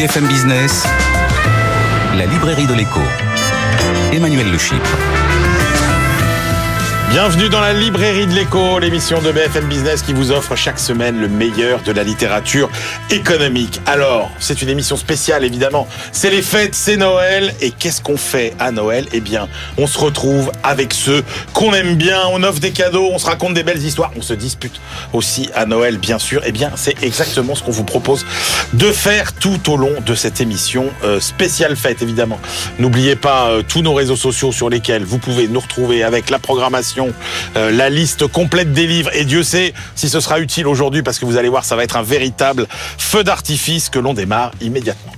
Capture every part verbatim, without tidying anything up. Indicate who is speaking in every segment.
Speaker 1: B F M Business, la librairie de l'écho. Emmanuel Le Chypre.
Speaker 2: Bienvenue dans la librairie de l'écho, l'émission de B F M Business qui vous offre chaque semaine le meilleur de la littérature économique. Alors, c'est une émission spéciale évidemment, c'est les fêtes, c'est Noël, et qu'est-ce qu'on fait à Noël ? Eh bien, on se retrouve avec ceux qu'on aime bien, on offre des cadeaux, on se raconte des belles histoires, on se dispute aussi à Noël bien sûr. Eh bien, c'est exactement ce qu'on vous propose de faire tout au long de cette émission euh, spéciale fête évidemment. N'oubliez pas euh, tous nos réseaux sociaux sur lesquels vous pouvez nous retrouver avec la programmation, Euh, la liste complète des livres, et Dieu sait si ce sera utile aujourd'hui parce que vous allez voir, ça va être un véritable feu d'artifice que l'on démarre immédiatement.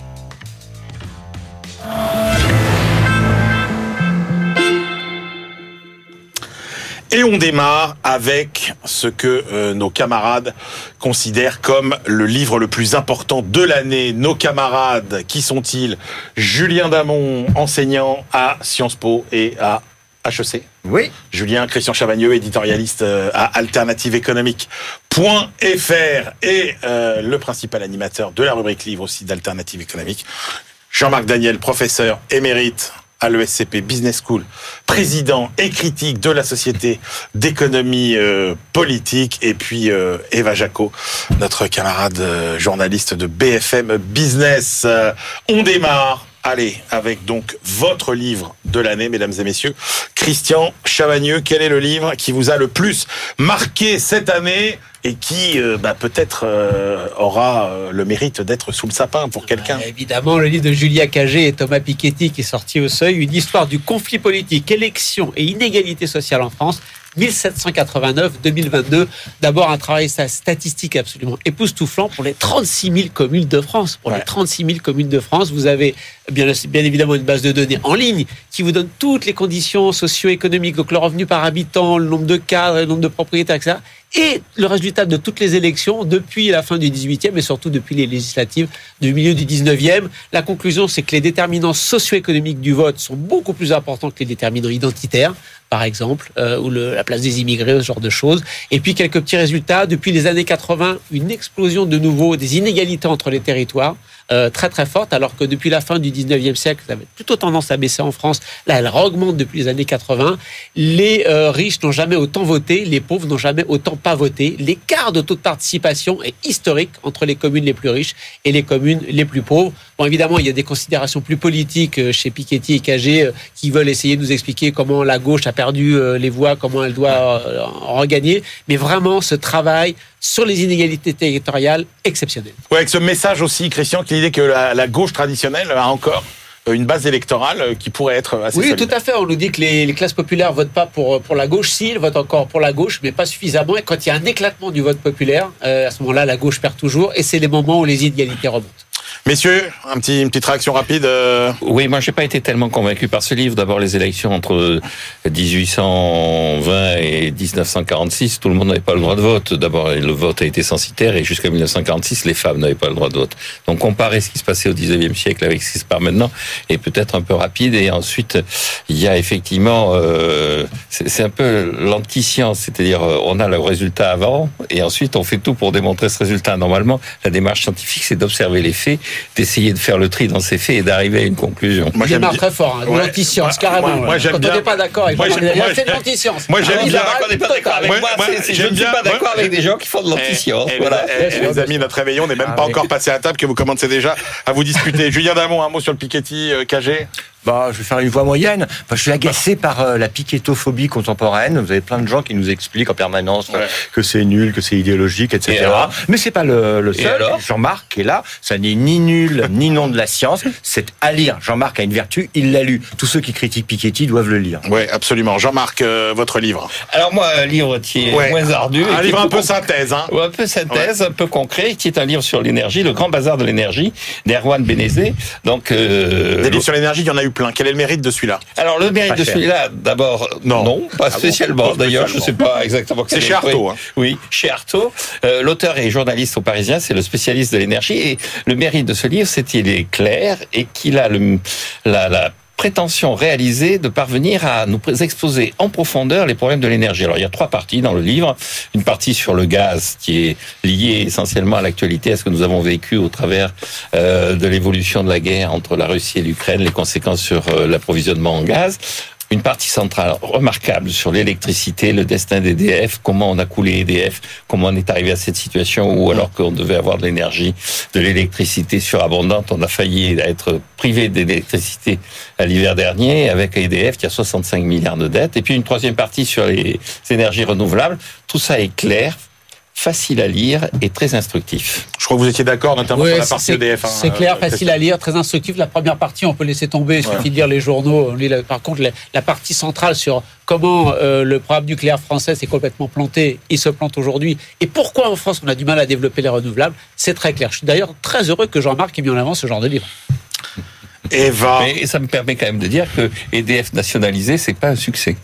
Speaker 2: Et on démarre avec ce que euh, nos camarades considèrent comme le livre le plus important de l'année. Nos camarades, qui sont-ils ? Julien Damon, enseignant à Sciences Po et à H E C.
Speaker 3: Oui.
Speaker 2: Julien, Christian Chavagneux, éditorialiste à Alternative Économique point F R et euh, le principal animateur de la rubrique livre aussi d'Alternative Économique. Jean-Marc Daniel, professeur émérite à l'E S C P Business School, président et critique de la Société d'économie euh, politique, et puis euh, Eva Jaco, notre camarade euh, journaliste de B F M Business. Euh, on démarre. Allez, avec donc votre livre de l'année, mesdames et messieurs. Christian Chavagneux, quel est le livre qui vous a le plus marqué cette année et qui euh, bah, peut-être euh, aura euh, le mérite d'être sous le sapin pour quelqu'un ?
Speaker 4: euh, Évidemment, le livre de Julia Cagé et Thomas Piketty qui est sorti au Seuil, une histoire du conflit politique, élections et inégalité sociale en France, mille sept cent quatre-vingt-neuf à deux mille vingt-deux. D'abord, un travail statistique absolument époustouflant pour les trente-six mille communes de France. Pour ouais. les trente-six mille communes de France, vous avez bien, bien évidemment une base de données en ligne qui vous donne toutes les conditions socio-économiques, donc le revenu par habitant, le nombre de cadres, le nombre de propriétaires, et cetera. Et le résultat de toutes les élections depuis la fin du dix-huitième et surtout depuis les législatives du milieu du dix-neuvième. La conclusion, c'est que les déterminants socio-économiques du vote sont beaucoup plus importants que les déterminants identitaires, par exemple, euh, ou le, la place des immigrés, ce genre de choses. Et puis quelques petits résultats. Depuis les années quatre-vingts, une explosion de nouveau des inégalités entre les territoires, euh, très très forte, alors que depuis la fin du dix-neuvième siècle, ça avait plutôt tendance à baisser en France. Là, elle augmente depuis les années quatre-vingts. Les euh, riches n'ont jamais autant voté, les pauvres n'ont jamais autant pas voté. L'écart de taux de participation est historique entre les communes les plus riches et les communes les plus pauvres. Bon, évidemment, il y a des considérations plus politiques chez Piketty et Cagé qui veulent essayer de nous expliquer comment la gauche a perdu les voix, comment elle doit en regagner. Mais vraiment, ce travail sur les inégalités territoriales, exceptionnel.
Speaker 2: Ouais, avec ce message aussi, Christian, qui l'idée que la, la gauche traditionnelle a encore une base électorale qui pourrait être assez
Speaker 4: Oui,
Speaker 2: solide.
Speaker 4: Tout à fait. On nous dit que les, les classes populaires votent pas pour, pour la gauche. Si, ils votent encore pour la gauche, mais pas suffisamment. Et quand il y a un éclatement du vote populaire, euh, à ce moment-là, la gauche perd toujours. Et c'est les moments où les inégalités remontent.
Speaker 2: Messieurs, un petit, une petite réaction rapide. Euh...
Speaker 5: Oui, moi, j'ai pas été tellement convaincu par ce livre. D'abord, les élections entre dix-huit cent vingt et dix-neuf cent quarante-six, tout le monde n'avait pas le droit de vote. D'abord, le vote a été censitaire, et jusqu'à dix-neuf cent quarante-six, les femmes n'avaient pas le droit de vote. Donc, comparer ce qui se passait au dix-neuvième siècle avec ce qui se passe maintenant est peut-être un peu rapide. Et ensuite, il y a effectivement, euh, c'est, c'est un peu l'anti-science, c'est-à-dire on a le résultat avant, et ensuite on fait tout pour démontrer ce résultat. Normalement, la démarche scientifique, c'est d'observer les faits, d'essayer de faire le tri dans ces faits et d'arriver à une conclusion.
Speaker 4: Moi, j'aime bien. Très fort, hein, ouais. L'anti-science, carrément. Moi, moi, j'aime quand bien. On n'est pas d'accord avec moi, moi, il a fait de l'anti-science.
Speaker 2: Moi, j'aime bien.
Speaker 5: On n'est pas d'accord avec moi. moi, moi c'est, je ne suis pas d'accord avec des gens qui font de l'anti-science.
Speaker 2: Et, voilà. et, et, et les amis, notre réveillon n'est même ah, pas oui. encore passé à table que vous commencez déjà à vous disputer. Julien Damon, un mot sur le Piketty, euh, Cagé.
Speaker 3: Bah, je vais faire une voix moyenne. Enfin, je suis agacé par euh, la piquettophobie contemporaine. Vous avez plein de gens qui nous expliquent en permanence ouais. que c'est nul, que c'est idéologique, et cetera. Et mais c'est pas le, le seul. Jean-Marc qui est là, ça n'est ni nul ni non de la science. C'est à lire. Jean-Marc a une vertu, il l'a lu. Tous ceux qui critiquent Piketty doivent le lire.
Speaker 2: Oui, absolument. Jean-Marc, euh, votre livre.
Speaker 5: Alors moi, un livre qui est ouais. moins ardu.
Speaker 2: Un livre un peu synthèse, hein.
Speaker 5: Ouais, un peu synthèse, ouais. un peu concret, qui est un livre sur l'énergie, le Grand Bazar de l'énergie, d'Erwan Bénézé. Donc euh,
Speaker 2: des livres sur l'énergie, il y en a eu plein. Quel est le mérite de celui-là?
Speaker 5: Alors le mérite pas de cher. celui-là, d'abord, non, non pas ah spécialement. Bon, d'ailleurs, je ne sais pas exactement.
Speaker 2: C'est chez Artaud. Hein.
Speaker 5: Oui, chez Artaud. Euh, l'auteur est journaliste au Parisien, c'est le spécialiste de l'énergie. Et le mérite de ce livre, c'est qu'il est clair et qu'il a le, la, la prétention réalisée de parvenir à nous exposer en profondeur les problèmes de l'énergie. Alors, il y a trois parties dans le livre. Une partie sur le gaz, qui est liée essentiellement à l'actualité, à ce que nous avons vécu au travers euh, de l'évolution de la guerre entre la Russie et l'Ukraine, les conséquences sur euh, l'approvisionnement en gaz. Une partie centrale remarquable sur l'électricité, le destin d'E D F, comment on a coulé E D F, comment on est arrivé à cette situation où, alors qu'on devait avoir de l'énergie, de l'électricité surabondante, on a failli être privé d'électricité à l'hiver dernier, avec E D F qui a soixante-cinq milliards de dettes. Et puis une troisième partie sur les énergies renouvelables. Tout ça est clair, facile à lire et très instructif.
Speaker 2: Je crois que vous étiez d'accord, notamment
Speaker 4: oui,
Speaker 2: sur la partie
Speaker 4: E
Speaker 2: D F. Hein,
Speaker 4: c'est clair,
Speaker 2: euh,
Speaker 4: facile à lire, très instructif. La première partie, on peut laisser tomber, il suffit ouais. de lire les journaux. Par contre, la partie centrale sur comment euh, le programme nucléaire français s'est complètement planté, il se plante aujourd'hui, et pourquoi en France on a du mal à développer les renouvelables, c'est très clair. Je suis d'ailleurs très heureux que Jean-Marc ait mis en avant ce genre de livre.
Speaker 2: Eva.
Speaker 5: Mais ça me permet quand même de dire que E D F nationalisé, c'est pas un succès.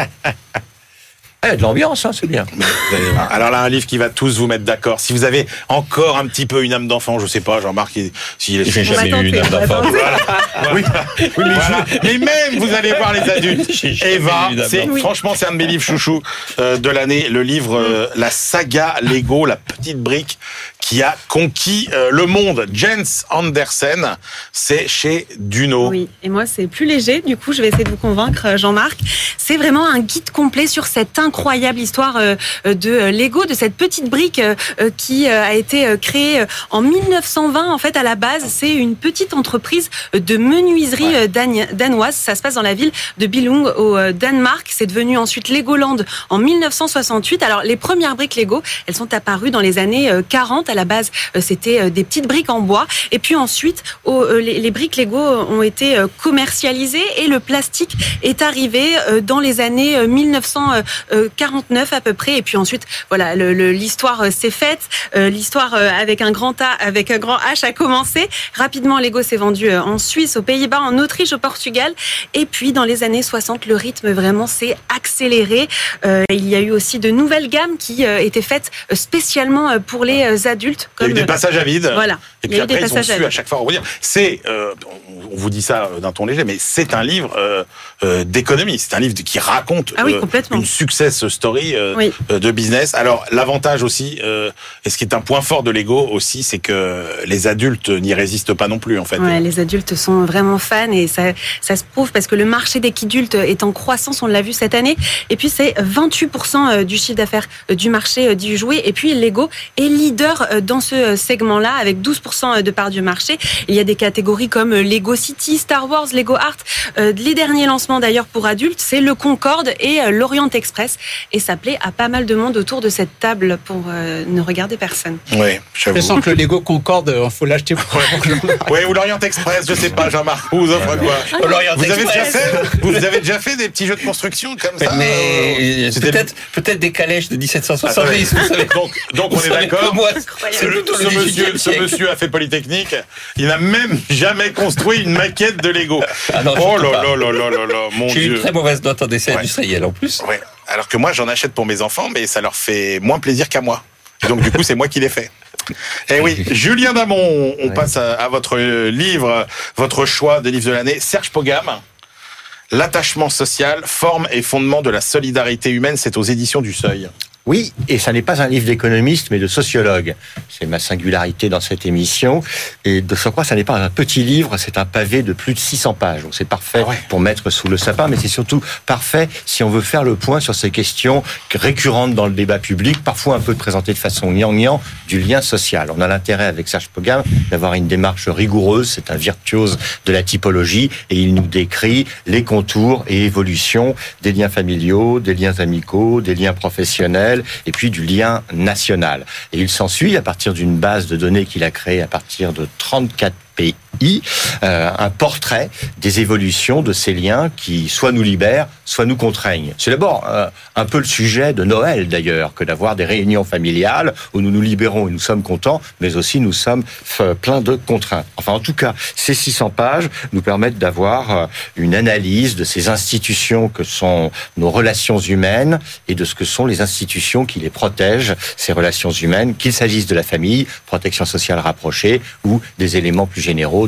Speaker 3: Il y a de l'ambiance, hein, c'est bien.
Speaker 2: Alors là, un livre qui va tous vous mettre d'accord. Si vous avez encore un petit peu une âme d'enfant, je sais pas, Jean-Marc, s'il est...
Speaker 5: J'ai jamais eu une âme d'enfant.
Speaker 2: Voilà. Oui, oui, mais, voilà. je... mais même, vous allez voir les adultes. Eva, c'est, oui. franchement, c'est un de mes livres chouchous euh, de l'année. Le livre euh, La saga Lego, la petite brique qui a conquis euh, le monde. Jens Andersen, c'est chez Duno.
Speaker 6: Oui, et moi, c'est plus léger. Du coup, je vais essayer de vous convaincre, Jean-Marc. C'est vraiment un guide complet sur cette incroyable histoire de Lego, de cette petite brique qui a été créée en mille neuf cent vingt. En fait, à la base, c'est une petite entreprise de menuiserie ouais. dan- danoise. Ça se passe dans la ville de Billund, au Danemark. C'est devenu ensuite Legoland en mille neuf cent soixante-huit. Alors, les premières briques Lego, elles sont apparues dans les années quarante. À la base, c'était des petites briques en bois. Et puis ensuite, les briques Lego ont été commercialisées et le plastique est arrivé dans les années mille neuf cent quarante-neuf à peu près. Et puis ensuite, voilà, le, le, l'histoire s'est faite. Euh, l'histoire avec un grand A, avec un grand H a commencé. Rapidement, Lego s'est vendu en Suisse, aux Pays-Bas, en Autriche, au Portugal. Et puis, dans les années soixante, le rythme vraiment s'est accéléré. Euh, il y a eu aussi de nouvelles gammes qui euh, étaient faites spécialement pour les adultes.
Speaker 2: Comme, il y a eu des passages à vide.
Speaker 6: Voilà.
Speaker 2: Et puis après, ils ont su à chaque fois redire. C'est, euh, on vous dit ça d'un ton léger, mais c'est un livre euh, euh, d'économie. C'est un livre qui raconte
Speaker 6: ah oui,
Speaker 2: euh, une success story euh,
Speaker 6: oui.
Speaker 2: de business. Alors, l'avantage aussi, euh, et ce qui est un point fort de Lego aussi, c'est que les adultes n'y résistent pas non plus, en fait.
Speaker 6: Ouais, les adultes sont vraiment fans et ça, ça se prouve parce que le marché des kidultes est en croissance, on l'a vu cette année. Et puis, c'est vingt-huit pour cent du chiffre d'affaires du marché du jouet. Et puis, Lego est leader dans ce segment-là avec douze pour cent de part du marché. Il y a des catégories comme Lego City, Star Wars, Lego Art. Les derniers lancements d'ailleurs pour adultes, c'est le Concorde et l'Orient Express. Et ça plaît à pas mal de monde autour de cette table pour euh, ne regarder personne.
Speaker 2: Oui, j'avoue.
Speaker 4: Je sens que le Lego Concorde, il faut l'acheter pour...
Speaker 2: Oui, ou l'Orient Express, je sais pas, Jean-Marc, vous offre quoi ah, vous, avez déjà fait, vous avez déjà fait des petits jeux de construction comme ça?
Speaker 5: Mais euh, peut-être, peut-être des calèches de dix-sept cent soixante-dix, vous savez.
Speaker 2: Donc, donc on est d'accord.
Speaker 5: Moi,
Speaker 2: c'est le, ce, monsieur, ce monsieur a fait Polytechnique, il n'a même jamais construit une maquette de Lego.
Speaker 5: Ah non,
Speaker 2: oh là là là là là là, mon
Speaker 5: J'ai
Speaker 2: Dieu.
Speaker 5: J'ai eu une très mauvaise note en dessin ouais. industriel en plus.
Speaker 2: Ouais. Alors que moi, j'en achète pour mes enfants, mais ça leur fait moins plaisir qu'à moi. Et donc, du coup, c'est moi qui les fais. Eh oui, Julien Damon, on ouais. passe à, à votre livre, votre choix de livre de l'année. Serge Pogam, L'attachement social, forme et fondement de la solidarité humaine, c'est aux éditions du Seuil.
Speaker 3: Oui, et ça n'est pas un livre d'économiste, mais de sociologue. C'est ma singularité dans cette émission. Et de surcroît, ça n'est pas un petit livre, c'est un pavé de plus de six cents pages. Donc c'est parfait ah ouais. pour mettre sous le sapin, mais c'est surtout parfait si on veut faire le point sur ces questions récurrentes dans le débat public, parfois un peu présentées de façon gnangnan, du lien social. On a l'intérêt avec Serge Pogam d'avoir une démarche rigoureuse, c'est un virtuose de la typologie, et il nous décrit les contours et évolutions des liens familiaux, des liens amicaux, des liens professionnels, et puis du lien national. Et il s'ensuit, à partir d'une base de données qu'il a créée à partir de trente-quatre pays, euh, un portrait des évolutions de ces liens qui soit nous libèrent, soit nous contraignent. C'est d'abord euh, un peu le sujet de Noël d'ailleurs, que d'avoir des réunions familiales où nous nous libérons et nous sommes contents, mais aussi nous sommes f- pleins de contraintes. Enfin, en tout cas, ces six cents pages nous permettent d'avoir euh, une analyse de ces institutions que sont nos relations humaines et de ce que sont les institutions qui les protègent, ces relations humaines, qu'il s'agisse de la famille, protection sociale rapprochée, ou des éléments plus généraux de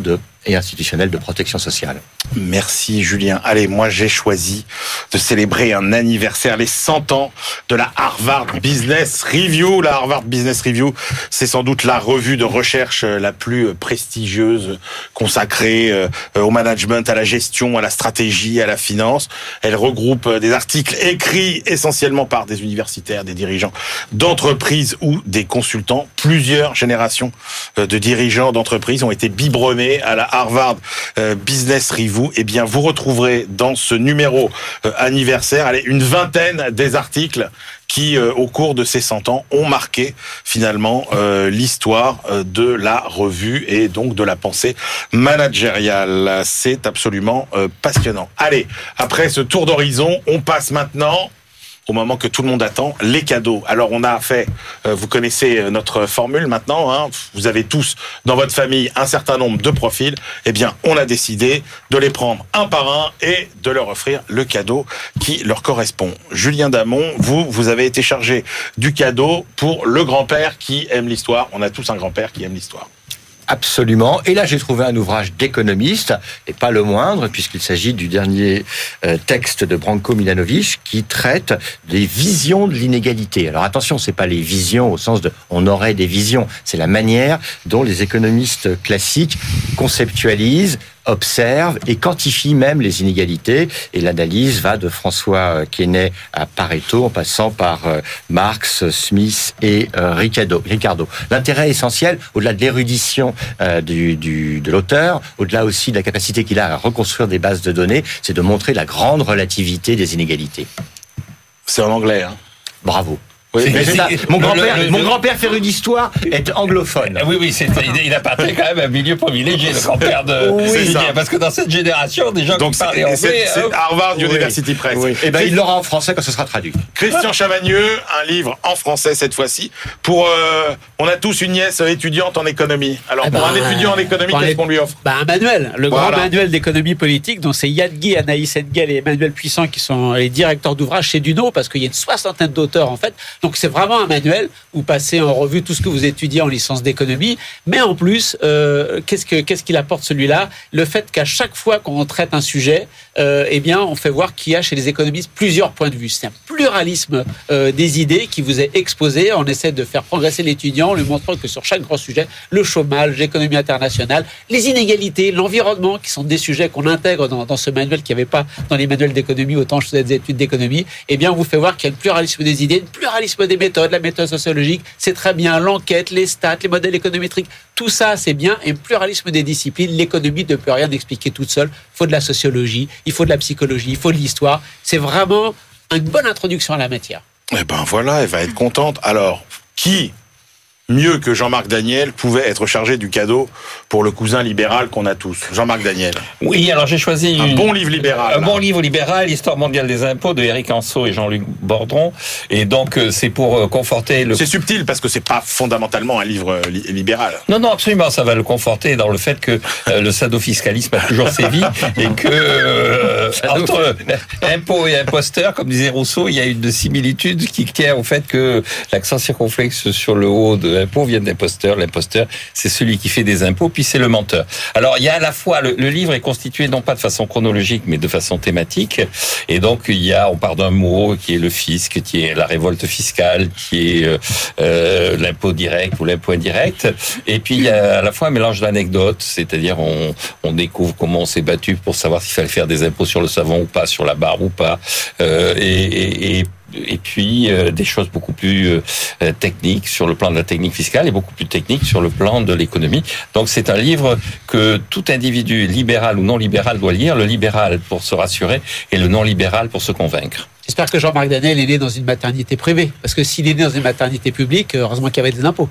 Speaker 3: et institutionnelle de protection sociale.
Speaker 2: Merci Julien. Allez, moi j'ai choisi de célébrer un anniversaire, les cent ans de la Harvard Business Review. La Harvard Business Review, c'est sans doute la revue de recherche la plus prestigieuse consacrée au management, à la gestion, à la stratégie, à la finance. Elle regroupe des articles écrits essentiellement par des universitaires, des dirigeants d'entreprises ou des consultants. Plusieurs générations de dirigeants d'entreprises ont été biberonnés à la Harvard Business Review. Eh bien, vous retrouverez dans ce numéro anniversaire, allez, une vingtaine des articles qui, euh, au cours de ces cent ans, ont marqué finalement euh, l'histoire euh, de la revue et donc de la pensée managériale. C'est absolument euh, passionnant. Allez, après ce tour d'horizon, on passe maintenant au moment que tout le monde attend, les cadeaux. Alors on a fait, euh, vous connaissez notre formule maintenant, hein, vous avez tous dans votre famille un certain nombre de profils, eh bien on a décidé de les prendre un par un et de leur offrir le cadeau qui leur correspond. Julien Damon, vous, vous avez été chargé du cadeau pour le grand-père qui aime l'histoire. On a tous un grand-père qui aime l'histoire.
Speaker 3: Absolument. Et là, j'ai trouvé un ouvrage d'économiste, et pas le moindre, puisqu'il s'agit du dernier euh, texte de Branko Milanovic qui traite des visions de l'inégalité. Alors attention, c'est pas les visions au sens de on aurait des visions, c'est la manière dont les économistes classiques conceptualisent, observe et quantifie même les inégalités. Et l'analyse va de François Quesnay à Pareto, en passant par Marx, Smith et Ricardo. L'intérêt essentiel, au-delà de l'érudition euh, du, du, de l'auteur, au-delà aussi de la capacité qu'il a à reconstruire des bases de données, c'est de montrer la grande relativité des inégalités.
Speaker 2: C'est en anglais, hein.
Speaker 3: Bravo.
Speaker 2: Oui,
Speaker 3: mais
Speaker 2: mais
Speaker 3: c'est mon grand-père, mon grand-père féru d'histoire est anglophone.
Speaker 5: Oui, oui, c'est, il appartient quand même à un milieu privilégié, le grand-père de
Speaker 3: oui,
Speaker 5: Julien, parce que dans cette génération, des gens
Speaker 2: donc
Speaker 5: qui parlent anglais...
Speaker 2: C'est, c'est Harvard
Speaker 3: oui.
Speaker 2: University Press.
Speaker 3: Oui. Et ben, il l'aura en français quand ce sera traduit.
Speaker 2: Christian Chavagneux, un livre en français cette fois-ci. Pour, euh, on a tous une nièce étudiante en économie. Alors, eh pour ben, un étudiant en économie, qu'est-ce les... qu'on lui offre?
Speaker 4: Ben, un manuel, le voilà. grand manuel d'économie politique, dont c'est Yann Guy, Anaïs Engel et Emmanuel Puissant qui sont les directeurs d'ouvrage chez Duno, parce qu'il y a une soixantaine d'auteurs en fait. Donc c'est vraiment un manuel. Vous passez en revue tout ce que vous étudiez en licence d'économie, mais en plus, euh, qu'est-ce que qu'est-ce qu'il apporte celui-là? Le fait qu'à chaque fois qu'on traite un sujet, euh, eh bien, on fait voir qu'il y a chez les économistes plusieurs points de vue. C'est un pluralisme euh, des idées qui vous est exposé. On essaie de faire progresser l'étudiant, en lui montrant que sur chaque grand sujet, le chômage, l'économie internationale, les inégalités, l'environnement, qui sont des sujets qu'on intègre dans, dans ce manuel qu'il n'y avait pas dans les manuels d'économie, autant je faisais des études d'économie, eh bien, on vous fait voir qu'il y a le pluralisme des idées, le pluralisme des méthodes, la méthode sociologique, c'est très bien, l'enquête, les stats, les modèles économétriques, tout ça c'est bien, et le pluralisme des disciplines, l'économie ne peut rien expliquer toute seule, il faut de la sociologie, il faut de la psychologie, il faut de l'histoire, c'est vraiment une bonne introduction à la matière.
Speaker 2: Eh ben voilà, elle va être contente. Alors, qui mieux que Jean-Marc Daniel pouvait être chargé du cadeau pour le cousin libéral qu'on a tous? Jean-Marc Daniel.
Speaker 5: Oui, alors j'ai choisi
Speaker 2: un
Speaker 5: une,
Speaker 2: bon livre libéral.
Speaker 5: Un là. bon livre libéral, Histoire mondiale des impôts de Éric Anceau et Jean-Luc Bordron. Et donc c'est pour conforter le.
Speaker 2: C'est subtil parce que c'est pas fondamentalement un livre li- libéral.
Speaker 5: Non, non, absolument, ça va le conforter dans le fait que euh, le sadofiscalisme a toujours sévi et que euh, entre impôt et imposteur, comme disait Rousseau, il y a une similitude qui tient au fait que l'accent circonflexe sur le haut de l'impôt vient d'imposteur. L'imposteur, c'est celui qui fait des impôts, puis c'est le menteur. Alors, il y a à la fois, le, le livre est constitué non pas de façon chronologique, mais de façon thématique. Et donc, il y a, on part d'un mot qui est le fisc, qui est la révolte fiscale, qui est euh, l'impôt direct ou l'impôt indirect. Et puis, il y a à la fois un mélange d'anecdotes, c'est-à-dire on, on découvre comment on s'est battu pour savoir s'il fallait faire des impôts sur le savon ou pas, sur la barre ou pas. Euh, et, et, et Et puis euh, des choses beaucoup plus euh, techniques sur le plan de la technique fiscale et beaucoup plus techniques sur le plan de l'économie. Donc c'est un livre que tout individu libéral ou non libéral doit lire. Le libéral pour se rassurer et le non libéral pour se convaincre.
Speaker 4: J'espère que Jean-Marc Daniel est né dans une maternité privée, parce que s'il est né dans une maternité publique, heureusement qu'il y avait des impôts.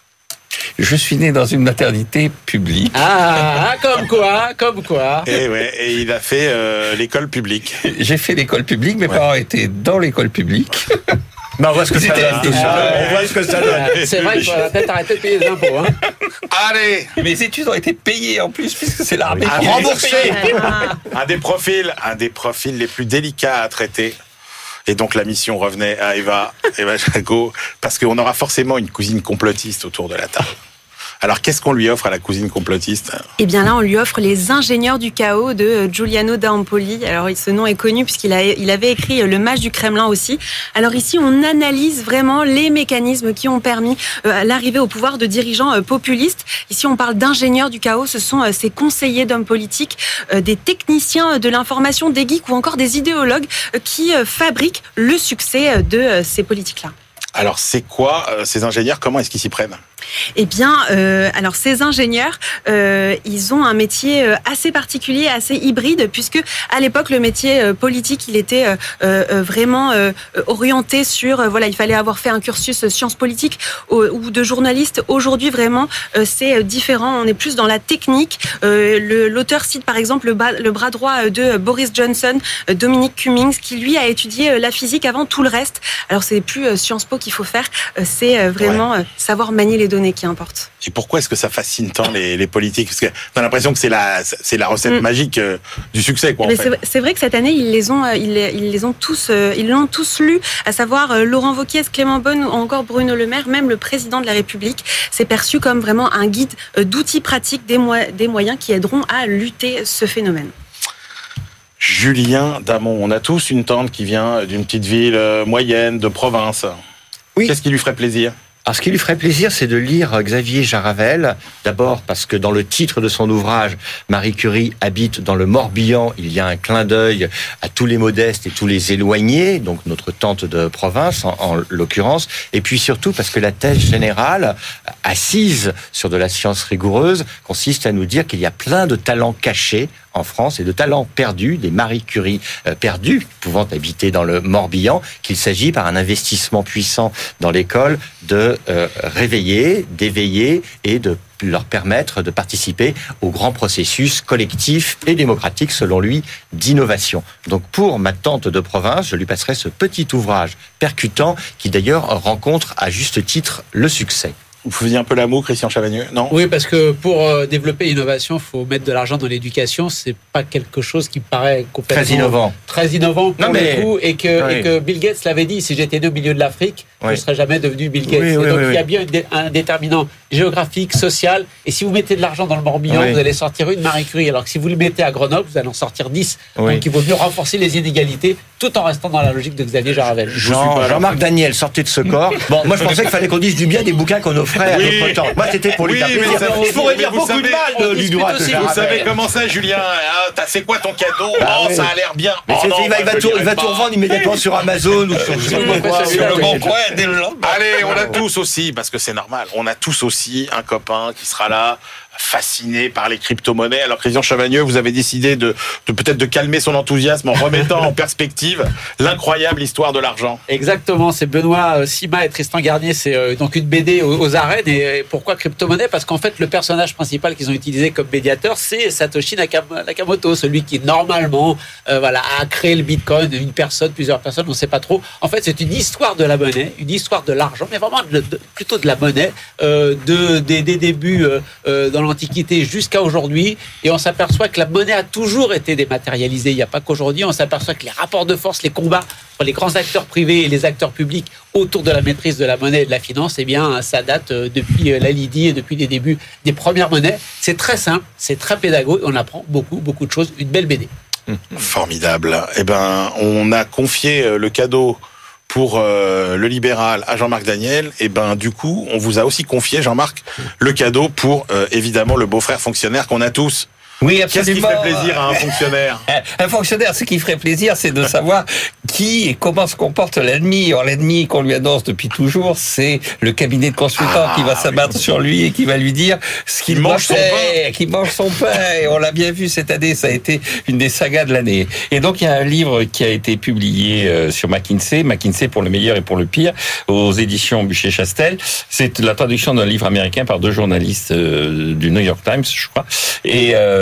Speaker 5: Je suis né dans une maternité publique.
Speaker 4: Ah, comme quoi, comme quoi.
Speaker 2: Et ouais, et il a fait euh, l'école publique.
Speaker 5: J'ai fait l'école publique, mes ouais. parents étaient dans l'école publique.
Speaker 3: Mais on voit ce que ça donne.
Speaker 4: On voit ce que ça donne. C'est vrai qu'il faudrait peut-être arrêter de payer des impôts. Hein.
Speaker 2: Allez,
Speaker 5: mes études ont été payées en plus, puisque c'est l'armée
Speaker 2: ah,
Speaker 5: qui
Speaker 2: remboursé. Un des profils, un des profils les plus délicats à traiter. Et donc la mission revenait à Eva, Eva Jago, parce qu'on aura forcément une cousine complotiste autour de la table. Alors, qu'est-ce qu'on lui offre à la cousine complotiste ?
Speaker 6: Eh bien là, on lui offre Les Ingénieurs du chaos de Giuliano d'Ampoli. Alors, ce nom est connu puisqu'il a, il avait écrit Le Mage du Kremlin aussi. Alors ici, on analyse vraiment les mécanismes qui ont permis euh, l'arrivée au pouvoir de dirigeants euh, populistes. Ici, on parle d'ingénieurs du chaos. Ce sont euh, ces conseillers d'hommes politiques, euh, des techniciens de l'information, des geeks ou encore des idéologues euh, qui euh, fabriquent le succès de euh, ces politiques-là.
Speaker 2: Alors, c'est quoi euh, ces ingénieurs ? Comment est-ce qu'ils s'y prennent ?
Speaker 6: Eh bien, euh, alors ces ingénieurs, euh, ils ont un métier assez particulier, assez hybride, puisque à l'époque le métier euh, politique, il était euh, euh, vraiment euh, orienté sur, euh, voilà, il fallait avoir fait un cursus sciences politiques ou, ou de journaliste. Aujourd'hui, vraiment, euh, c'est différent. On est plus dans la technique. Euh, le, l'auteur cite par exemple le, bas, le bras droit de Boris Johnson, Dominic Cummings, qui lui a étudié la physique avant tout le reste. Alors c'est plus Sciences Po qu'il faut faire, c'est vraiment ouais. savoir manier les données qui importe.
Speaker 2: Et pourquoi est-ce que ça fascine tant les, les politiques ? Parce que on a l'impression que c'est la, c'est la recette mmh. magique euh, du succès, quoi. En fait.
Speaker 6: c'est, c'est vrai que cette année, ils les ont, ils, ils les ont tous, euh, ils l'ont tous lu, à savoir euh, Laurent Wauquiez, Clément Beaune ou encore Bruno Le Maire, même le président de la République. C'est perçu comme vraiment un guide euh, d'outils pratiques, des, mo- des moyens qui aideront à lutter ce phénomène.
Speaker 2: Julien Damon, on a tous une tante qui vient d'une petite ville euh, moyenne, de province.
Speaker 3: Oui.
Speaker 2: Qu'est-ce qui lui ferait plaisir ?
Speaker 3: Alors, ce qui lui ferait plaisir, c'est de lire Xavier Jaravel. D'abord, parce que dans le titre de son ouvrage, Marie Curie habite dans le Morbihan. Il y a un clin d'œil à tous les modestes et tous les éloignés, donc notre tante de province, en, en l'occurrence. Et puis surtout, parce que la thèse générale, assise sur de la science rigoureuse, consiste à nous dire qu'il y a plein de talents cachés en France et de talents perdus, des Marie Curie euh, perdus, pouvant habiter dans le Morbihan, qu'il s'agit par un investissement puissant dans l'école de euh, réveiller, d'éveiller et de leur permettre de participer au grand processus collectif et démocratique, selon lui, d'innovation. Donc pour ma tante de province, je lui passerai ce petit ouvrage percutant qui d'ailleurs rencontre à juste titre le succès.
Speaker 2: Vous faisiez un peu l'amour, Christian Chavagneux, non ?
Speaker 4: Oui, parce que pour euh, développer l'innovation, il faut mettre de l'argent dans l'éducation. C'est pas quelque chose qui paraît complètement
Speaker 3: très innovant,
Speaker 4: très innovant pour non, mais... le coup, et que,
Speaker 3: oui.
Speaker 4: et que Bill Gates l'avait dit. Si j'étais né au milieu de l'Afrique, oui. je ne serais jamais devenu Bill Gates.
Speaker 3: Oui,
Speaker 4: et
Speaker 3: oui,
Speaker 4: donc
Speaker 3: oui,
Speaker 4: il y a
Speaker 3: oui.
Speaker 4: bien un déterminant géographique, social. Et si vous mettez de l'argent dans le Morbihan, oui. vous allez sortir une Marie Curie. Alors que si vous le mettez à Grenoble, vous allez en sortir dix. Oui. Donc il vaut mieux renforcer les inégalités, tout en restant dans la logique de Xavier Jaravel.
Speaker 3: Jean, Jean-Marc Daniel, sortez de ce corps. Bon, moi je pensais qu'il fallait qu'on dise du bien des bouquins qu'on offrait à
Speaker 2: oui.
Speaker 3: notre temps. Moi c'était pour lui faire plaisir. Il pourrait dire beaucoup de mal du droit de
Speaker 2: Vous savez comment ça, Julien ? C'est quoi ton cadeau ? Oh, ça a l'air bien.
Speaker 3: Il va tout revendre immédiatement sur Amazon ou sur
Speaker 2: le bon coin dès le lendemain. Allez, on a tous aussi, parce que c'est normal, on a tous aussi un copain qui sera là, fasciné par les crypto-monnaies. Alors, Christian Chavagneux, vous avez décidé de, de peut-être de calmer son enthousiasme en remettant en perspective l'incroyable histoire de l'argent.
Speaker 4: Exactement, c'est Benoît Sima et Tristan Garnier, c'est euh, donc une B D aux, aux arènes. Et pourquoi crypto-monnaie ? Parce qu'en fait, le personnage principal qu'ils ont utilisé comme médiateur, c'est Satoshi Nakamoto, celui qui normalement euh, voilà, a créé le Bitcoin, une personne, plusieurs personnes, on ne sait pas trop. En fait, c'est une histoire de la monnaie, une histoire de l'argent, mais vraiment de, de, plutôt de la monnaie, euh, de, des, des débuts euh, dans l'Antiquité jusqu'à aujourd'hui, et on s'aperçoit que la monnaie a toujours été dématérialisée. Il n'y a pas qu'aujourd'hui, on s'aperçoit que les rapports de force, les combats entre les grands acteurs privés et les acteurs publics autour de la maîtrise de la monnaie et de la finance, eh bien, ça date depuis la Lydie et depuis les débuts des premières monnaies. C'est très simple, c'est très pédagogique, on apprend beaucoup, beaucoup de choses. Une belle B D.
Speaker 2: Formidable. Eh ben, on a confié le cadeau pour euh, le libéral à Jean-Marc Daniel, et ben du coup, on vous a aussi confié, Jean-Marc, le cadeau pour euh, évidemment le beau-frère fonctionnaire qu'on a tous.
Speaker 5: Oui, absolument.
Speaker 2: Qu'est-ce qui ferait plaisir à un fonctionnaire ?
Speaker 5: Un fonctionnaire, ce qui ferait plaisir, c'est de savoir qui et comment se comporte l'ennemi. Or, l'ennemi qu'on lui annonce depuis toujours, c'est le cabinet de consultants ah, qui va s'abattre oui. sur lui et qui va lui dire ce qu'il mange, son pain, qui mange son pain. Et on l'a bien vu cette année, ça a été une des sagas de l'année. Et donc, il y a un livre qui a été publié sur McKinsey, McKinsey pour le meilleur et pour le pire, aux éditions Bucher-Chastel. C'est la traduction d'un livre américain par deux journalistes du New York Times, je crois. Et euh,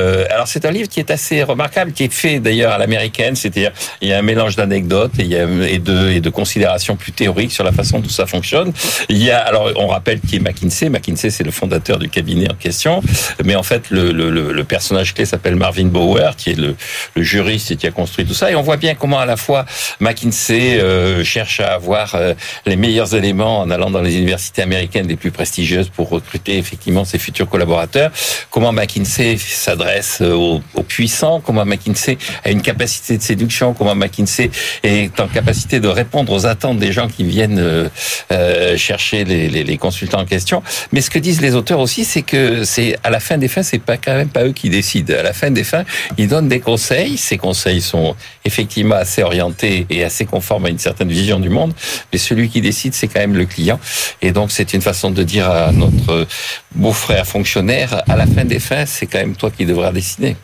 Speaker 5: Euh, alors c'est un livre qui est assez remarquable, qui est fait d'ailleurs à l'américaine, c'est-à-dire il y a un mélange d'anecdotes et, il y a, et, de, et de considérations plus théoriques sur la façon dont ça fonctionne. Il y a, alors on rappelle qui est McKinsey. McKinsey, c'est le fondateur du cabinet en question, mais en fait le, le, le personnage clé s'appelle Marvin Bower, qui est le, le juriste et qui a construit tout ça. Et on voit bien comment à la fois McKinsey euh, cherche à avoir euh, les meilleurs éléments en allant dans les universités américaines les plus prestigieuses pour recruter effectivement ses futurs collaborateurs. Comment McKinsey s'adresse aux, aux puissants, comment McKinsey a une capacité de séduction, comment McKinsey est en capacité de répondre aux attentes des gens qui viennent euh, euh, chercher les, les, les consultants en question. Mais ce que disent les auteurs aussi, c'est que c'est à la fin des fins, c'est pas quand même pas eux qui décident. À la fin des fins, ils donnent des conseils. Ces conseils sont effectivement assez orientés et assez conformes à une certaine vision du monde. Mais celui qui décide, c'est quand même le client. Et donc, c'est une façon de dire à notre beau-frère fonctionnaire, à la fin des fins, c'est quand même toi qui devras décider.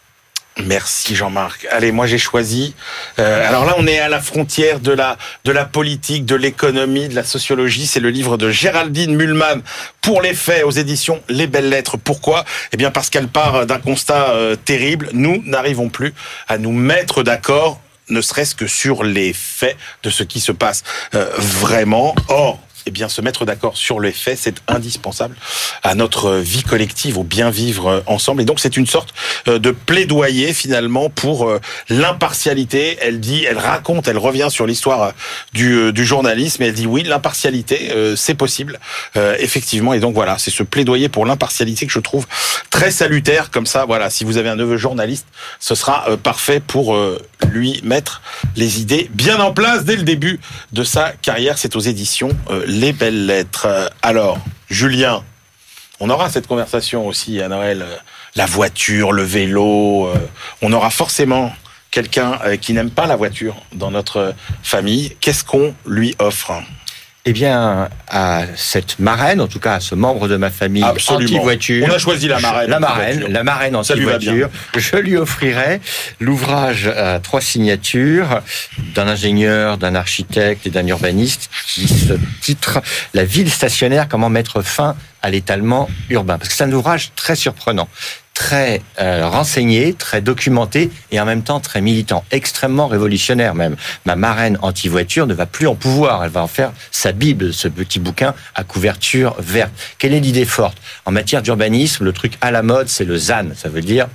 Speaker 2: Merci Jean-Marc. Allez, moi j'ai choisi. Euh, alors là, on est à la frontière de la de la politique, de l'économie, de la sociologie. C'est le livre de Géraldine Mühlmann, Pour les faits, aux éditions Les Belles Lettres. Pourquoi ? Eh bien parce qu'elle part d'un constat euh, terrible. Nous n'arrivons plus à nous mettre d'accord, ne serait-ce que sur les faits de ce qui se passe euh, vraiment. Or, eh bien, se mettre d'accord sur les faits, c'est indispensable à notre vie collective, au bien vivre ensemble. Et donc, c'est une sorte de plaidoyer, finalement, pour l'impartialité. Elle dit, elle raconte, elle revient sur l'histoire du, du journalisme, et elle dit, oui, l'impartialité, c'est possible, euh, effectivement. Et donc, voilà, c'est ce plaidoyer pour l'impartialité que je trouve très salutaire. Comme ça, voilà, si vous avez un neveu journaliste, ce sera euh, parfait pour euh, lui mettre les idées bien en place dès le début de sa carrière. C'est aux éditions euh, Les Belles Lettres. Alors, Julien, on aura cette conversation aussi à Noël. La voiture, le vélo, on aura forcément quelqu'un qui n'aime pas la voiture dans notre famille. Qu'est-ce qu'on lui offre ?
Speaker 3: Eh bien, à cette marraine, en tout cas à ce membre de ma famille anti-voiture.
Speaker 2: On a choisi la marraine.
Speaker 3: La marraine, la marraine anti-voiture. Je lui offrirai l'ouvrage à trois signatures d'un ingénieur, d'un architecte et d'un urbaniste qui se titre « La ville stationnaire, comment mettre fin à l'étalement urbain ». Parce que c'est un ouvrage très surprenant, très euh, renseigné, très documenté et en même temps très militant, extrêmement révolutionnaire même. Ma marraine anti-voiture ne va plus en pouvoir, elle va en faire sa Bible, ce petit bouquin à couverture verte. Quelle est l'idée forte ? En matière d'urbanisme, le truc à la mode, c'est le ZAN, ça veut dire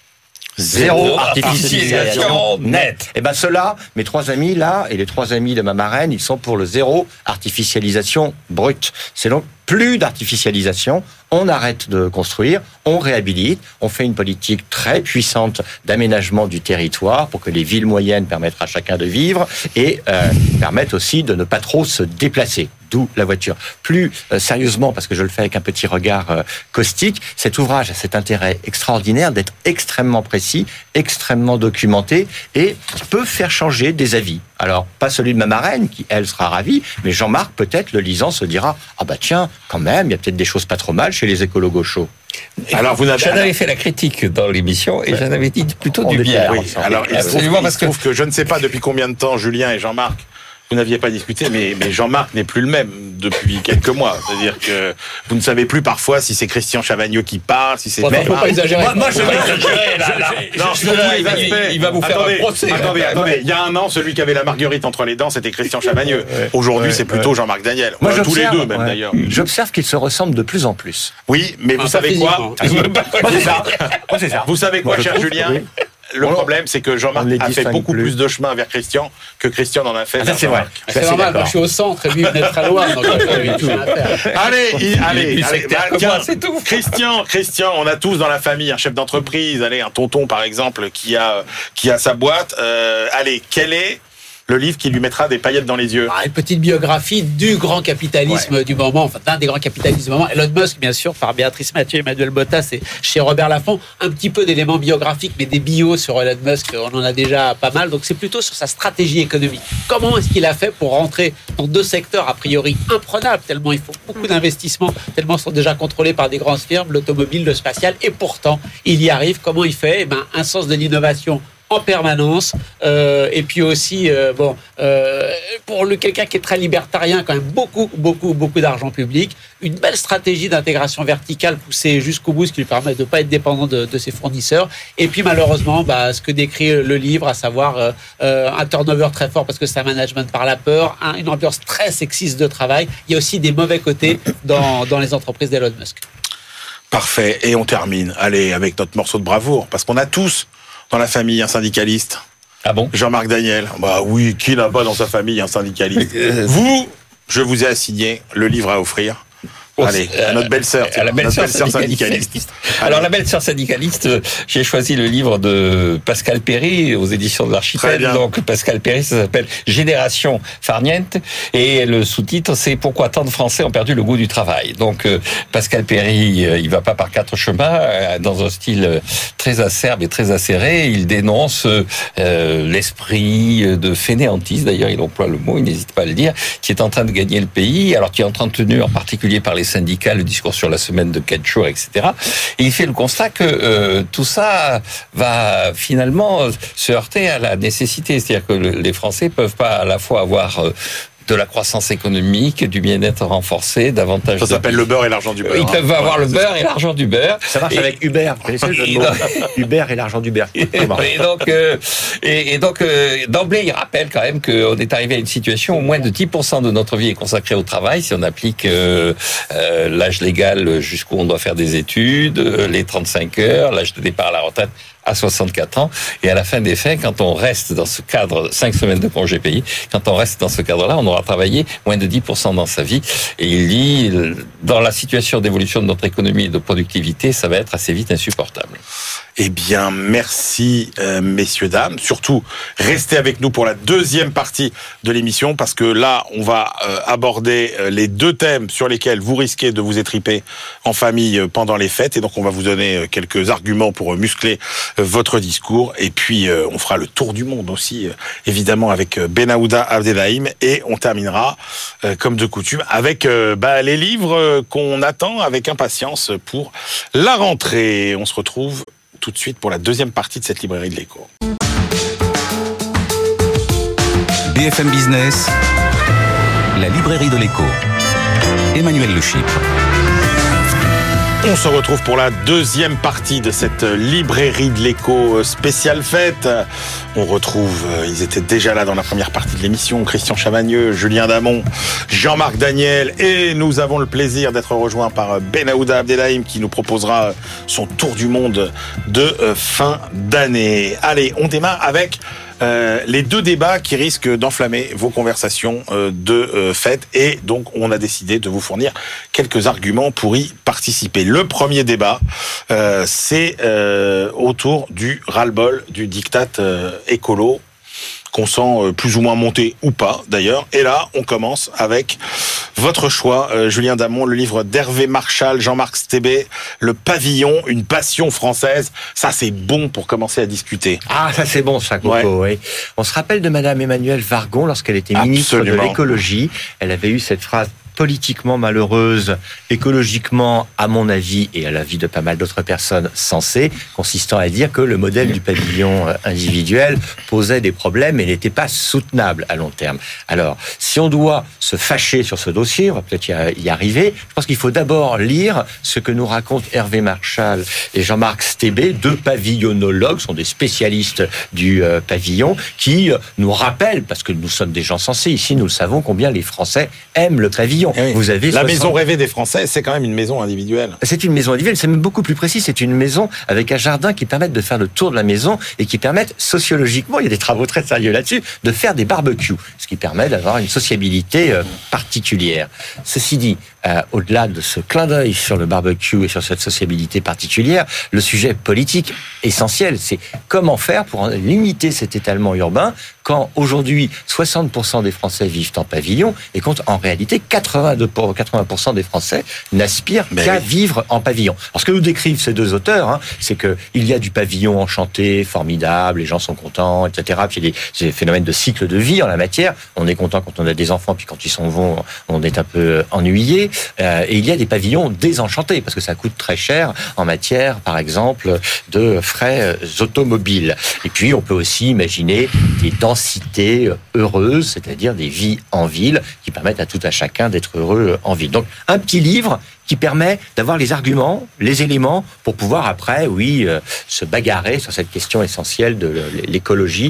Speaker 3: zéro artificialisation nette. Et ben ceux-là, mes trois amis là, et les trois amis de ma marraine, ils sont pour le zéro artificialisation brute. C'est donc plus d'artificialisation, on arrête de construire, on réhabilite, on fait une politique très puissante d'aménagement du territoire pour que les villes moyennes permettent à chacun de vivre et euh, permettent aussi de ne pas trop se déplacer. D'où la voiture. Plus euh, sérieusement, parce que je le fais avec un petit regard euh, caustique, cet ouvrage a cet intérêt extraordinaire d'être extrêmement précis, extrêmement documenté et peut faire changer des avis. Alors, pas celui de ma marraine, qui, elle, sera ravie, mais Jean-Marc, peut-être, le lisant, se dira « Ah bah tiens, quand même, il y a peut-être des choses pas trop mal chez les écolos gauchos. »
Speaker 5: Alors, vous n'avez... J'en avais fait la critique dans l'émission et j'en avais dit plutôt du bien.
Speaker 2: Oui. Alors, il se trouve, il se trouve que je ne sais pas depuis combien de temps Julien et Jean-Marc vous n'aviez pas discuté, mais, mais Jean-Marc n'est plus le même depuis quelques mois. C'est-à-dire que vous ne savez plus parfois si c'est Christian Chavagneux qui parle, si c'est...
Speaker 4: Il ne faut pas exagérer.
Speaker 2: Moi, moi je vais exagérer, là, là. Non, je, je, je, je, il, il va vous faire attendez, un procès. Attendez, attendez. Il y a un an, celui qui avait la marguerite entre les dents, c'était Christian Chavagneux. Aujourd'hui, ouais, c'est plutôt ouais. Jean-Marc Daniel. Moi, tous les deux, même, ouais. d'ailleurs.
Speaker 3: J'observe qu'ils se ressemblent de plus en plus.
Speaker 2: Oui, mais vous ah, savez quoi C'est ça. C'est ça. Vous savez quoi, cher Julien ? Le problème, c'est que Jean-Marc a fait beaucoup plus. plus de chemin vers Christian que Christian n'en a fait. Ah,
Speaker 4: ça, c'est vrai. C'est normal, moi, je suis au centre et lui, il est très loin. Donc,
Speaker 2: allez, il, allez, allez bah, tiens, c'est tout. Christian, Christian, on a tous dans la famille un chef d'entreprise, allez, un tonton par exemple, qui a, qui a sa boîte. Euh, allez, quel est le livre qui lui mettra des paillettes dans les yeux?
Speaker 4: Ah, une petite biographie du grand capitalisme ouais. du moment, enfin d'un des grands capitalismes du moment. Elon Musk, bien sûr, par Béatrice Mathieu et Emmanuel Bottas, et chez Robert Laffont, un petit peu d'éléments biographiques, mais des bios sur Elon Musk, on en a déjà pas mal. Donc c'est plutôt sur sa stratégie économique. Comment est-ce qu'il a fait pour rentrer dans deux secteurs a priori imprenables, tellement il faut beaucoup d'investissements, tellement ils sont déjà contrôlés par des grandes firmes, l'automobile, le spatial, et pourtant il y arrive. Comment il fait? Eh ben, un sens de l'innovation en permanence. Euh, et puis aussi, euh, bon, euh, pour le quelqu'un qui est très libertarien, quand même beaucoup, beaucoup, beaucoup d'argent public. Une belle stratégie d'intégration verticale poussée jusqu'au bout, ce qui lui permet de ne pas être dépendant de, de ses fournisseurs. Et puis malheureusement, bah, ce que décrit le livre, à savoir euh, euh, un turnover très fort parce que c'est un management par la peur, un, une ambiance très sexiste de travail. Il y a aussi des mauvais côtés dans, dans les entreprises d'Elon Musk.
Speaker 2: Parfait. Et on termine, allez, avec notre morceau de bravoure, parce qu'on a tous dans la famille un syndicaliste.
Speaker 5: Ah bon ?
Speaker 2: Jean-Marc Daniel. Bah oui, qui n'a pas dans sa famille un syndicaliste ? Vous, je vous ai assigné le livre à offrir. Allez, à notre belle-sœur,
Speaker 5: à la belle-sœur
Speaker 2: syndicaliste.
Speaker 5: syndicaliste. Alors la belle-sœur syndicaliste, j'ai choisi le livre de Pascal Perry aux éditions de l'Archipel. Donc Pascal Perry, ça s'appelle Génération Farniente et le sous-titre c'est Pourquoi tant de Français ont perdu le goût du travail. Donc Pascal Perry, il va pas par quatre chemins, dans un style très acerbe et très acéré. Il dénonce euh, l'esprit de fainéantise, d'ailleurs il emploie le mot, il n'hésite pas à le dire, qui est en train de gagner le pays, alors qui est entretenu en particulier par les syndicats, le discours sur la semaine de quatre jours, et cetera. Et il fait le constat que euh, tout ça va finalement se heurter à la nécessité. C'est-à-dire que les Français peuvent pas à la fois avoir euh, de la croissance économique, du bien-être renforcé, davantage...
Speaker 2: Ça s'appelle le beurre et l'argent du beurre.
Speaker 5: Ils peuvent avoir le beurre et l'argent du beurre.
Speaker 3: Ça marche et... avec Uber. Vous connaissez le jeu de mots ? Uber et l'argent d'Uber.
Speaker 5: Et donc, euh, et, et donc euh, d'emblée, il rappelle quand même qu'on est arrivé à une situation où moins de dix pour cent de notre vie est consacrée au travail, si on applique euh, euh, l'âge légal jusqu'où on doit faire des études, les trente-cinq heures, l'âge de départ à la retraite à soixante-quatre ans. Et à la fin des fins, quand on reste dans ce cadre, cinq semaines de congés payés, quand on reste dans ce cadre-là, on aura travaillé moins de dix pour cent dans sa vie. Et il dit, dans la situation d'évolution de notre économie et de productivité, ça va être assez vite insupportable.
Speaker 2: Eh bien, merci, euh, messieurs, dames. Surtout, restez avec nous pour la deuxième partie de l'émission, parce que là, on va euh, aborder euh, les deux thèmes sur lesquels vous risquez de vous étriper en famille euh, pendant les fêtes. Et donc, on va vous donner euh, quelques arguments pour euh, muscler euh, votre discours. Et puis, euh, on fera le tour du monde aussi, euh, évidemment, avec euh, Benaouda Abdelhaim. Et on terminera, euh, comme de coutume, avec euh, bah, les livres euh, qu'on attend avec impatience pour la rentrée. On se retrouve tout de suite pour la deuxième partie de cette librairie de l'écho.
Speaker 1: B F M Business, la librairie de l'écho. Emmanuel Le Chypre.
Speaker 2: On se retrouve pour la deuxième partie de cette librairie de l'écho spéciale fête. On retrouve, ils étaient déjà là dans la première partie de l'émission, Christian Chavagneux, Julien Damon, Jean-Marc Daniel, et nous avons le plaisir d'être rejoints par Benaouda Abdelhaim qui nous proposera son tour du monde de fin d'année. Allez, on démarre avec Euh, les deux débats qui risquent d'enflammer vos conversations euh, de euh, fête, et donc on a décidé de vous fournir quelques arguments pour y participer. Le premier débat, euh, c'est euh, autour du ras-le-bol du diktat euh, écolo, qu'on sent plus ou moins monter ou pas d'ailleurs. Et là, on commence avec votre choix, euh, Julien Damon, le livre d'Hervé Marchal, Jean-Marc Stébé, Le Pavillon, une passion française. Ça, c'est bon pour commencer à discuter.
Speaker 3: Ah, ça c'est bon, ça, Coco. Ouais. Oui. On se rappelle de Madame Emmanuelle Vargon lorsqu'elle était ministre Absolument. de l'écologie. Elle avait eu cette phrase politiquement malheureuse, écologiquement, à mon avis, et à l'avis de pas mal d'autres personnes sensées, consistant à dire que le modèle du pavillon individuel posait des problèmes et n'était pas soutenable à long terme. Alors, si on doit se fâcher sur ce dossier, on va peut-être y arriver, je pense qu'il faut d'abord lire ce que nous racontent Hervé Marchal et Jean-Marc Stébé, deux pavillonnologues, sont des spécialistes du euh, pavillon, qui euh, nous rappellent, parce que nous sommes des gens sensés ici, nous le savons, combien les Français aiment le pavillon.
Speaker 2: Oui. Vous avez la soixante... maison rêvée des Français, c'est quand même une maison individuelle.
Speaker 3: C'est une maison individuelle, c'est même beaucoup plus précis. C'est une maison avec un jardin qui permet de faire le tour de la maison et qui permettent sociologiquement, il y a des travaux très sérieux là-dessus, de faire des barbecues, ce qui permet d'avoir une sociabilité euh, particulière. Ceci dit, euh, au-delà de ce clin d'œil sur le barbecue et sur cette sociabilité particulière, le sujet politique essentiel, c'est comment faire pour limiter cet étalement urbain quand aujourd'hui soixante pour cent des Français vivent en pavillon et compte en réalité quatre-vingts quatre-vingt-deux pour, quatre-vingts pour cent des Français n'aspirent
Speaker 2: Mais
Speaker 3: qu'à
Speaker 2: oui.
Speaker 3: vivre en pavillon. Alors, ce que nous décrivent ces deux auteurs, hein, c'est que il y a du pavillon enchanté, formidable, les gens sont contents, et cetera. Puis il y a des, des phénomènes de cycle de vie en la matière. On est content quand on a des enfants, puis quand ils s'en vont, on est un peu ennuyé. Euh, et il y a des pavillons désenchantés, parce que ça coûte très cher en matière, par exemple, de frais automobiles. Et puis, on peut aussi imaginer des densités heureuses, c'est-à-dire des vies en ville, qui permettent à tout à chacun d'être heureux en ville. Donc, un petit livre qui permet d'avoir les arguments, les éléments, pour pouvoir après, oui, euh, se bagarrer sur cette question essentielle de l'écologie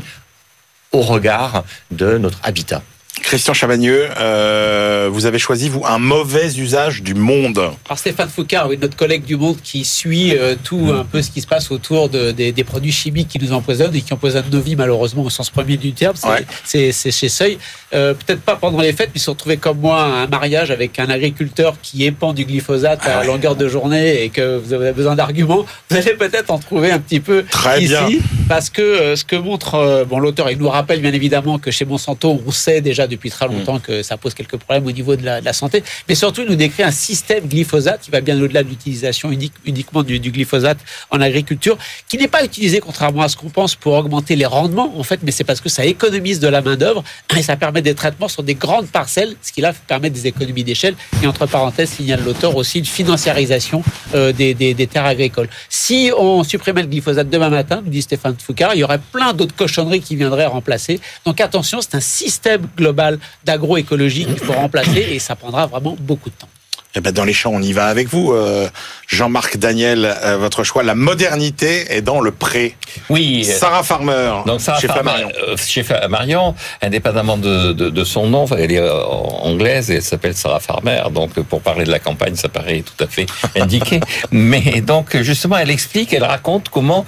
Speaker 3: au regard de notre habitat.
Speaker 2: Christian Chavagneux, euh, vous avez choisi, vous, un mauvais usage du monde.
Speaker 4: Alors Stéphane Foucard, oui, notre collègue du Monde qui suit euh, tout un peu ce qui se passe autour de, des, des produits chimiques qui nous empoisonnent et qui empoisonnent nos vies malheureusement au sens premier du terme, c'est,
Speaker 2: ouais.
Speaker 4: c'est, c'est chez Seuil. Euh, peut-être pas pendant les fêtes, mais se retrouver comme moi à un mariage avec un agriculteur qui épand du glyphosate ah, à ouais. longueur de journée et que vous avez besoin d'arguments, vous allez peut-être en trouver un petit peu
Speaker 2: Très
Speaker 4: ici.
Speaker 2: Bien.
Speaker 4: Parce que euh, ce que montre euh, bon, l'auteur, il nous rappelle bien évidemment que chez Monsanto, on sait déjà depuis très longtemps mmh. que ça pose quelques problèmes au niveau de la, de la santé, mais surtout il nous décrit un système glyphosate qui va bien au-delà de l'utilisation unique, uniquement du, du glyphosate en agriculture, qui n'est pas utilisé contrairement à ce qu'on pense pour augmenter les rendements en fait, mais c'est parce que ça économise de la main d'œuvre et ça permet des traitements sur des grandes parcelles, ce qui là permet des économies d'échelle et entre parenthèses signale l'auteur aussi une financiarisation euh, des, des, des terres agricoles. Si on supprimait le glyphosate demain matin, nous dit Stéphane Foucard, il y aurait plein d'autres cochonneries qui viendraient remplacer. Donc attention, c'est un système global d'agroécologie qu'il faut remplacer et ça prendra vraiment beaucoup de temps.
Speaker 2: Eh ben dans les champs, on y va avec vous. Euh, Jean-Marc Daniel, euh, votre choix, la modernité est dans le pré.
Speaker 5: Oui.
Speaker 2: Sarah Farmer,
Speaker 5: donc Sarah
Speaker 2: chez
Speaker 5: Farmer,
Speaker 2: Flammarion.
Speaker 5: Euh, chez Flammarion, indépendamment de, de, de son nom, elle est euh, anglaise et elle s'appelle Sarah Farmer. Donc pour parler de la campagne, ça paraît tout à fait indiqué. Mais donc justement, elle explique, elle raconte comment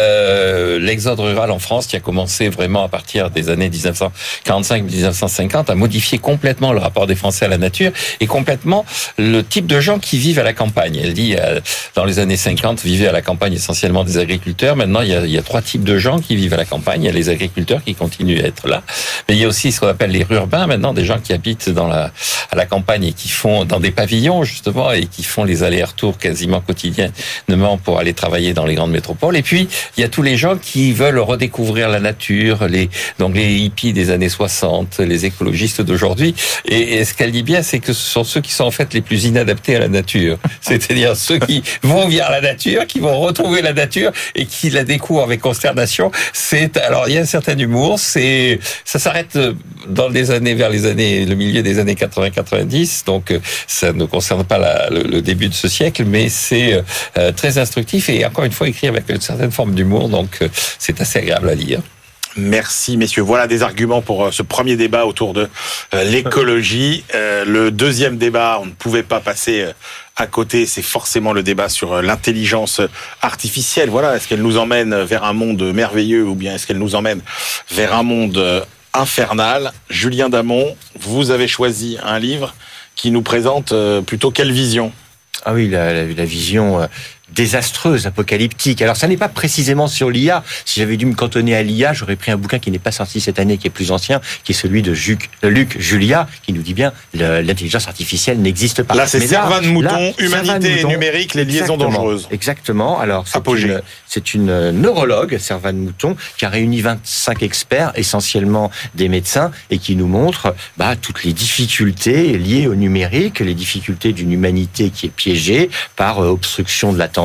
Speaker 5: euh, l'exode rural en France, qui a commencé vraiment à partir des années dix-neuf cent quarante-cinq dix-neuf cent cinquante, a modifié complètement le rapport des Français à la nature et complètement le type de gens qui vivent à la campagne. Elle dit, euh, dans les années cinquante, vivaient à la campagne essentiellement des agriculteurs. Maintenant, il y, a, il y a trois types de gens qui vivent à la campagne. Il y a les agriculteurs qui continuent à être là. Mais il y a aussi ce qu'on appelle les rurbains, maintenant, des gens qui habitent dans la, à la campagne et qui font dans des pavillons, justement, et qui font les allers-retours quasiment quotidiennement pour aller travailler dans les grandes métropoles. Et puis, il y a tous les gens qui veulent redécouvrir la nature, les, donc les hippies des années soixante, les écologistes d'aujourd'hui. Et, et ce qu'elle dit bien, c'est que ce sont ceux qui sont en fait les plus inadaptés à la nature. C'est-à-dire ceux qui vont vers la nature, qui vont retrouver la nature et qui la découvrent avec consternation. C'est, alors, il y a un certain humour, c'est, ça s'arrête dans les années, vers les années, le milieu des années quatre-vingts quatre-vingt-dix, donc ça ne concerne pas la, le, le début de ce siècle, mais c'est euh, très instructif et encore une fois écrit avec une certaine forme d'humour, donc euh, c'est assez agréable à lire.
Speaker 2: Merci messieurs. Voilà des arguments pour ce premier débat autour de l'écologie. Le deuxième débat, on ne pouvait pas passer à côté, c'est forcément le débat sur l'intelligence artificielle. Voilà, est-ce qu'elle nous emmène vers un monde merveilleux ou bien est-ce qu'elle nous emmène vers un monde infernal? Julien Damon, vous avez choisi un livre qui nous présente plutôt quelle vision?
Speaker 3: Ah oui, la, la, la vision désastreuse, apocalyptique. Alors, ça n'est pas précisément sur l'I A. Si j'avais dû me cantonner à l'I A, j'aurais pris un bouquin qui n'est pas sorti cette année, qui est plus ancien, qui est celui de Luc, Luc Julia, qui nous dit bien le, l'intelligence artificielle n'existe pas.
Speaker 2: Là, c'est Servan Mouton,
Speaker 3: là,
Speaker 2: Humanité
Speaker 3: Mouton,
Speaker 2: et numérique, les liaisons
Speaker 3: exactement,
Speaker 2: dangereuses.
Speaker 3: Exactement. Alors, c'est
Speaker 2: Apogée.
Speaker 3: une, c'est une neurologue, Servan Mouton, qui a réuni vingt-cinq experts, essentiellement des médecins, et qui nous montre bah, toutes les difficultés liées au numérique, les difficultés d'une humanité qui est piégée par euh, obstruction de l'attention,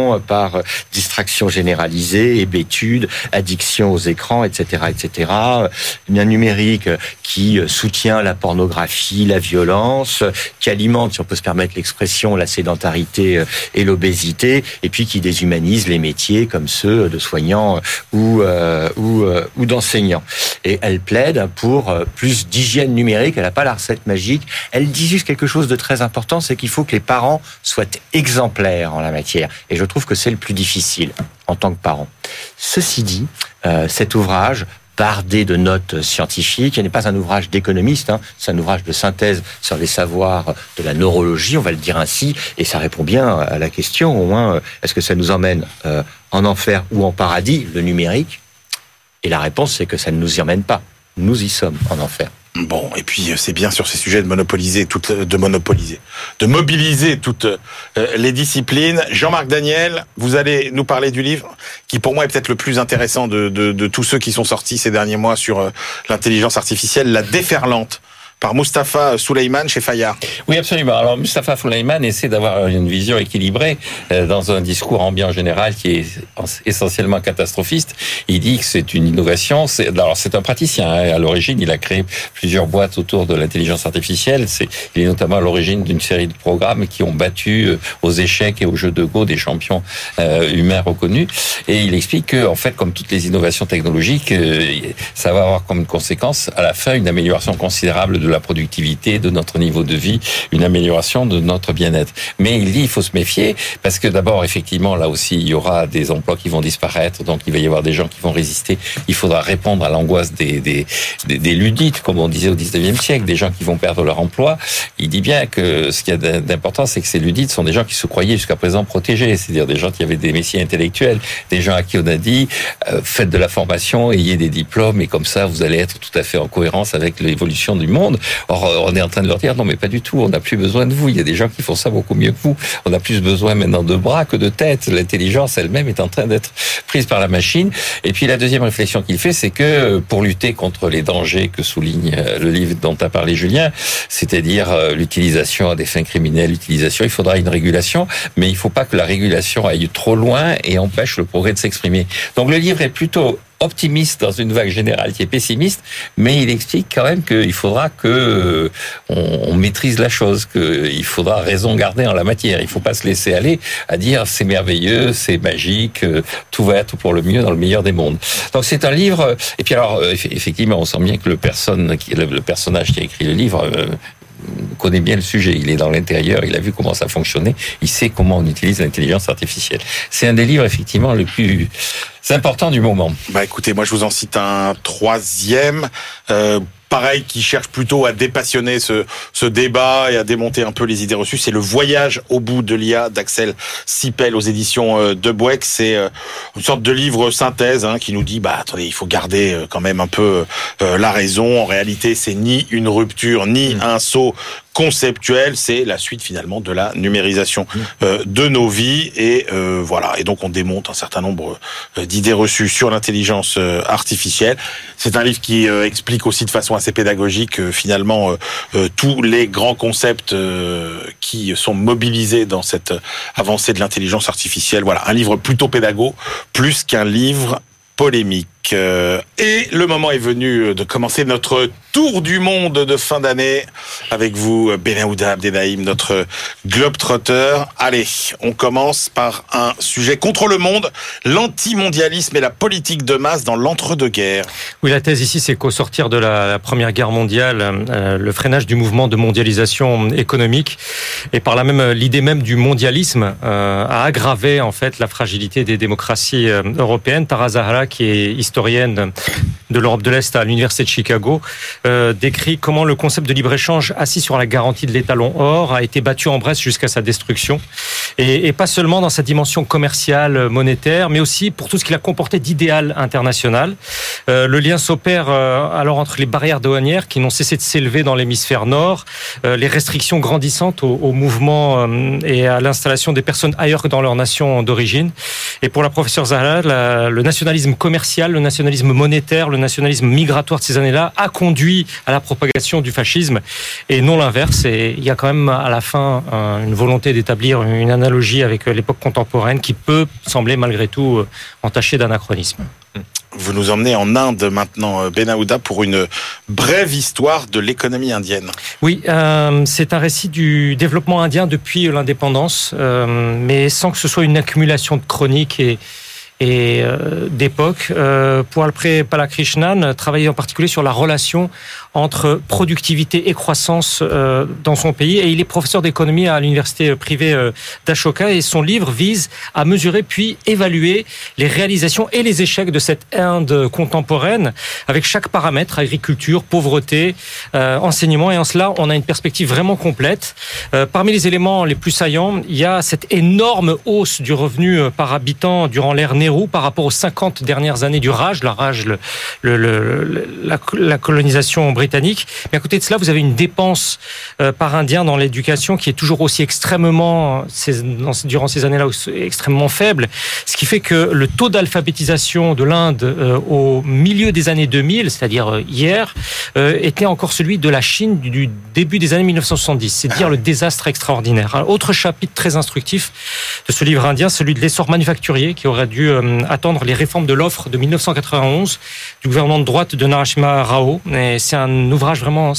Speaker 3: par distraction généralisée, hébétude, addiction aux écrans, et cetera, et cetera. Un numérique qui soutient la pornographie, la violence, qui alimente, si on peut se permettre l'expression, la sédentarité et l'obésité, et puis qui déshumanise les métiers comme ceux de soignants ou euh, ou, euh, ou d'enseignants. Et elle plaide pour plus d'hygiène numérique. Elle n'a pas la recette magique. Elle dit juste quelque chose de très important, c'est qu'il faut que les parents soient exemplaires en la matière. Et je trouve que c'est le plus difficile en tant que parent. Ceci dit, euh, cet ouvrage bardé de notes scientifiques, il n'est pas un ouvrage d'économiste, hein, c'est un ouvrage de synthèse sur les savoirs de la neurologie, on va le dire ainsi, et ça répond bien à la question, au moins, est-ce que ça nous emmène euh, en enfer ou en paradis, le numérique? Et la réponse, c'est que ça ne nous y emmène pas. Nous y sommes en enfer.
Speaker 2: Bon, et puis c'est bien sur ces sujets de monopoliser toutes, de monopoliser, de mobiliser toutes euh, les disciplines. Jean-Marc Daniel, vous allez nous parler du livre qui, pour moi, est peut-être le plus intéressant de, de, de tous ceux qui sont sortis ces derniers mois sur euh, l'intelligence artificielle, La Déferlante, par Mustapha Suleyman chez Fayard.
Speaker 5: Oui, absolument. Alors, Mustapha Suleyman essaie d'avoir une vision équilibrée euh, dans un discours ambiant général qui est essentiellement catastrophiste. Il dit que c'est une innovation. C'est, alors, c'est un praticien. Hein. À l'origine, il a créé plusieurs boîtes autour de l'intelligence artificielle. C'est, il est notamment à l'origine d'une série de programmes qui ont battu euh, aux échecs et aux jeux de Go des champions euh, humains reconnus. Et il explique que, en fait, comme toutes les innovations technologiques, euh, ça va avoir comme conséquence, à la fin, une amélioration considérable de de la productivité, de notre niveau de vie, une amélioration de notre bien-être. Mais il dit il faut se méfier parce que d'abord, effectivement, là aussi, il y aura des emplois qui vont disparaître, donc il va y avoir des gens qui vont résister. Il faudra répondre à l'angoisse des, des, des, des ludites, comme on disait au dix-neuvième siècle, des gens qui vont perdre leur emploi. Il dit bien que ce qu'il y a d'important, c'est que ces ludites sont des gens qui se croyaient jusqu'à présent protégés, c'est-à-dire des gens qui avaient des messiers intellectuels, des gens à qui on a dit euh, faites de la formation, ayez des diplômes, et comme ça, vous allez être tout à fait en cohérence avec l'évolution du monde. Or, on est en train de leur dire, non, mais pas du tout, on n'a plus besoin de vous. Il y a des gens qui font ça beaucoup mieux que vous. On a plus besoin maintenant de bras que de tête. L'intelligence elle-même est en train d'être prise par la machine. Et puis, la deuxième réflexion qu'il fait, c'est que pour lutter contre les dangers que souligne le livre dont a parlé Julien, c'est-à-dire l'utilisation à des fins criminelles, l'utilisation, il faudra une régulation, mais il ne faut pas que la régulation aille trop loin et empêche le progrès de s'exprimer. Donc, le livre est plutôt optimiste dans une vague générale qui est pessimiste, mais il explique quand même qu'il faudra que on, on maîtrise la chose, qu'il faudra raison garder en la matière. Il ne faut pas se laisser aller à dire c'est merveilleux, c'est magique, tout va être pour le mieux dans le meilleur des mondes. Donc c'est un livre. Et puis alors effectivement, on sent bien que le personne, le personnage qui a écrit le livre euh, connaît bien le sujet, il est dans l'intérieur, il a vu comment ça fonctionnait, il sait comment on utilise l'intelligence artificielle. C'est un des livres effectivement le plus important du moment.
Speaker 2: Bah écoutez, moi je vous en cite un troisième, euh, pareil, qui cherche plutôt à dépassionner ce, ce débat et à démonter un peu les idées reçues. C'est Le Voyage au bout de l'I A d'Axel Sipel aux éditions de Bouec. C'est une sorte de livre synthèse hein, qui nous dit, bah attendez, il faut garder quand même un peu euh, la raison. En réalité, c'est ni une rupture, ni mmh. un saut conceptuel, c'est la suite finalement de la numérisation euh, de nos vies et euh, voilà. Et donc on démonte un certain nombre euh, d'idées reçues sur l'intelligence euh, artificielle. C'est un livre qui euh, explique aussi de façon assez pédagogique euh, finalement euh, euh, tous les grands concepts euh, qui sont mobilisés dans cette avancée de l'intelligence artificielle. Voilà, un livre plutôt pédago plus qu'un livre polémique. Et le moment est venu de commencer notre tour du monde de fin d'année avec vous, Benahouda Abdelnaïm, notre globetrotter. Allez, on commence par un sujet contre le monde, l'antimondialisme et la politique de masse dans l'entre-deux-guerres.
Speaker 7: Oui, la thèse ici, c'est qu'au sortir de la, la Première Guerre mondiale, euh, le freinage du mouvement de mondialisation économique et par là même l'idée même du mondialisme euh, a aggravé en fait la fragilité des démocraties euh, européennes. Tara Zahra, qui est historienne de l'Europe de l'Est à l'Université de Chicago, euh, décrit comment le concept de libre-échange assis sur la garantie de l'étalon or a été battu en brèche jusqu'à sa destruction. Et, et pas seulement dans sa dimension commerciale, monétaire, mais aussi pour tout ce qu'il a comporté d'idéal international. Euh, le lien s'opère euh, alors entre les barrières douanières qui n'ont cessé de s'élever dans l'hémisphère nord, euh, les restrictions grandissantes au, au mouvement euh, et à l'installation des personnes ailleurs que dans leur nation d'origine. Et pour la professeure Zahra, la, le nationalisme commercial, le nationalisme monétaire, le nationalisme migratoire de ces années-là a conduit à la propagation du fascisme et non l'inverse. Et il y a quand même à la fin une volonté d'établir une analogie avec l'époque contemporaine qui peut sembler malgré tout entachée d'anachronisme.
Speaker 2: Vous nous emmenez en Inde maintenant, Benahouda, pour une brève histoire de l'économie indienne.
Speaker 7: Oui, euh, c'est un récit du développement indien depuis l'indépendance, euh, mais sans que ce soit une accumulation de chroniques et et euh, d'époque. Euh, Poalpré Balakrishnan travaillait en particulier sur la relation entre productivité et croissance euh, dans son pays, et il est professeur d'économie à l'université privée euh, d'Ashoka, et son livre vise à mesurer puis évaluer les réalisations et les échecs de cette Inde contemporaine avec chaque paramètre, agriculture, pauvreté, euh, enseignement, et en cela on a une perspective vraiment complète. Euh, parmi les éléments les plus saillants, il y a cette énorme hausse du revenu par habitant durant l'ère néolibérale Nehru par rapport aux cinquante dernières années du Raj, la Raj, le, le, le, la, la colonisation britannique. Mais à côté de cela, vous avez une dépense euh, par Indien dans l'éducation qui est toujours aussi extrêmement, ces, dans, durant ces années-là, extrêmement faible. Ce qui fait que le taux d'alphabétisation de l'Inde euh, au milieu des années deux mille, c'est-à-dire euh, hier, euh, était encore celui de la Chine du, du début des années mille neuf cent soixante-dix. C'est dire le désastre extraordinaire. Un autre chapitre très instructif de ce livre indien, celui de l'essor manufacturier qui aurait dû euh, attendre les réformes de l'offre de mille neuf cent quatre-vingt-onze du gouvernement de droite de Narasimha Rao. Et c'est un ouvrage vraiment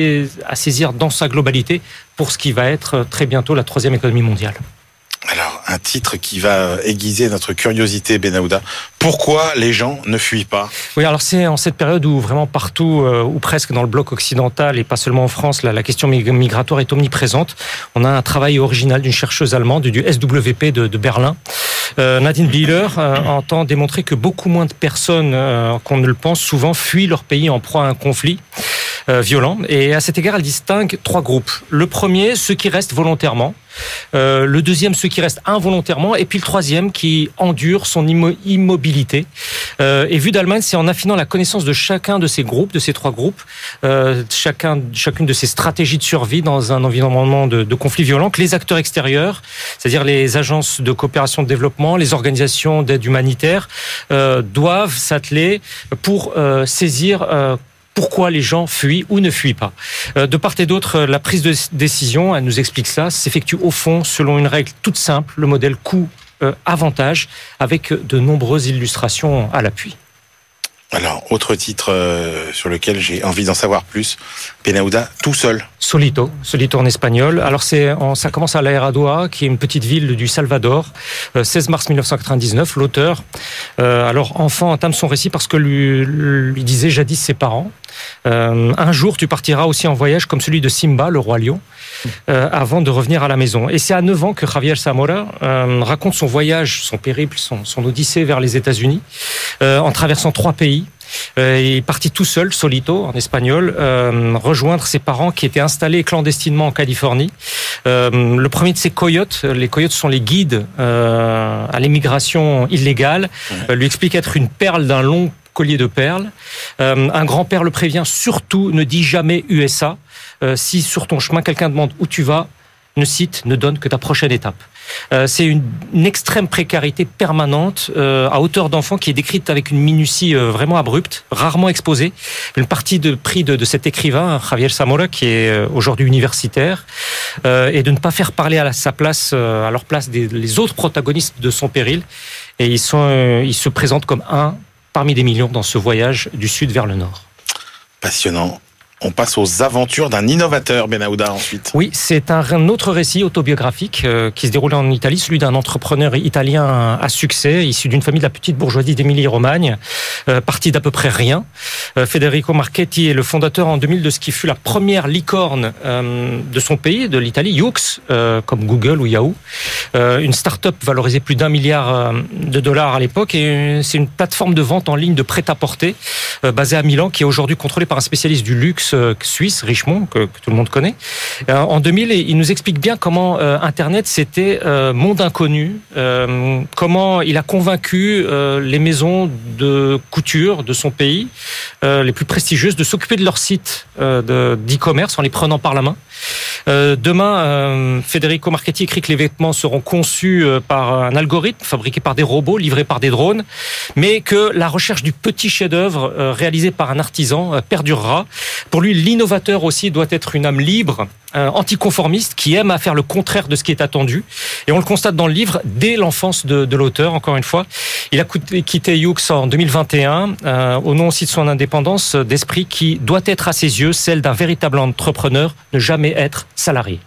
Speaker 7: à saisir dans sa globalité pour ce qui va être très bientôt la troisième économie mondiale.
Speaker 2: Alors, un titre qui va aiguiser notre curiosité, Benahouda. Pourquoi les gens ne fuient pas ?
Speaker 7: Oui, alors c'est en cette période où vraiment partout, euh, ou presque dans le bloc occidental, et pas seulement en France, la, la question migratoire est omniprésente. On a un travail original d'une chercheuse allemande, du S W P de, de Berlin. Euh, Nadine Bieler euh, entend démontrer que beaucoup moins de personnes euh, qu'on ne le pense souvent fuient leur pays en proie à un conflit euh, violent. Et à cet égard, elle distingue trois groupes. Le premier, ceux qui restent volontairement. Euh, le deuxième, ceux qui restent involontairement, et puis le troisième qui endure son immo- immobilité. Euh, et vu d'Allemagne, c'est en affinant la connaissance de chacun de ces groupes, de ces trois groupes, euh, chacun, chacune de ces stratégies de survie dans un environnement de, de conflit violent, que les acteurs extérieurs, c'est-à-dire les agences de coopération de développement, les organisations d'aide humanitaire, euh, doivent s'atteler pour euh, saisir euh, pourquoi les gens fuient ou ne fuient pas. De part et d'autre, la prise de décision, elle nous explique ça, s'effectue au fond selon une règle toute simple, le modèle coût-avantage, avec de nombreuses illustrations à l'appui.
Speaker 2: Alors, autre titre euh, sur lequel j'ai envie d'en savoir plus, Benahouda, tout seul.
Speaker 7: Solito, Solito en espagnol. Alors c'est, en, ça commence à La Herradura, qui est une petite ville du Salvador, euh, seize mars mille neuf cent quatre-vingt-dix-neuf. L'auteur, euh, alors enfant, entame son récit parce que lui, lui disaient jadis ses parents. Euh, un jour, tu partiras aussi en voyage comme celui de Simba, le roi lion, euh, avant de revenir à la maison. Et c'est à neuf ans que Javier Zamora euh, raconte son voyage, son périple, son, son odyssée vers les États-Unis, euh, en traversant trois pays. Euh, il est parti tout seul, solito, en espagnol, euh, rejoindre ses parents qui étaient installés clandestinement en Californie. Euh, le premier de ces coyotes, les coyotes sont les guides euh, à l'émigration illégale, euh, lui explique être une perle d'un long collier de perles. Euh, un grand-père le prévient, surtout ne dis jamais U S A. Euh, si sur ton chemin quelqu'un demande où tu vas, ne cite, ne donne que ta prochaine étape. Euh, c'est une, une extrême précarité permanente euh, à hauteur d'enfant qui est décrite avec une minutie euh, vraiment abrupte, rarement exposée. Une partie de prix de, de cet écrivain, Javier Zamora, qui est euh, aujourd'hui universitaire, euh, et de ne pas faire parler à la, sa place, euh, à leur place des, les autres protagonistes de son péril. Et ils, sont, euh, ils se présentent comme un parmi des millions dans ce voyage du sud vers le nord.
Speaker 2: Passionnant. On passe aux aventures d'un innovateur, Benahouda, ensuite.
Speaker 7: Oui, c'est un autre récit autobiographique euh, qui se déroule en Italie, celui d'un entrepreneur italien à succès, issu d'une famille de la petite bourgeoisie d'Émilie-Romagne, euh, parti d'à peu près rien. Euh, Federico Marchetti est le fondateur en deux mille de ce qui fut la première licorne euh, de son pays, de l'Italie, Yoox, euh, comme Google ou Yahoo. Euh, une start-up valorisée plus d'un milliard euh, de dollars à l'époque, et c'est une plateforme de vente en ligne de prêt-à-porter euh, basée à Milan, qui est aujourd'hui contrôlée par un spécialiste du luxe suisse, Richemont, que, que tout le monde connaît. En deux mille, il nous explique bien comment euh, Internet, c'était euh, monde inconnu, euh, comment il a convaincu euh, les maisons de couture de son pays, euh, les plus prestigieuses, de s'occuper de leur site euh, de, d'e-commerce en les prenant par la main. Euh, demain, euh, Federico Marchetti écrit que les vêtements seront conçus euh, par un algorithme, fabriqués par des robots, livrés par des drones, mais que la recherche du petit chef-d'œuvre euh, réalisé par un artisan euh, perdurera. Pour lui, l'innovateur aussi doit être une âme libre, euh, anticonformiste, qui aime à faire le contraire de ce qui est attendu. Et on le constate dans le livre dès l'enfance de, de l'auteur, encore une fois. Il a quitté Yoox en deux mille vingt et un, euh, au nom aussi de son indépendance d'esprit qui doit être à ses yeux celle d'un véritable entrepreneur, ne jamais être salarié.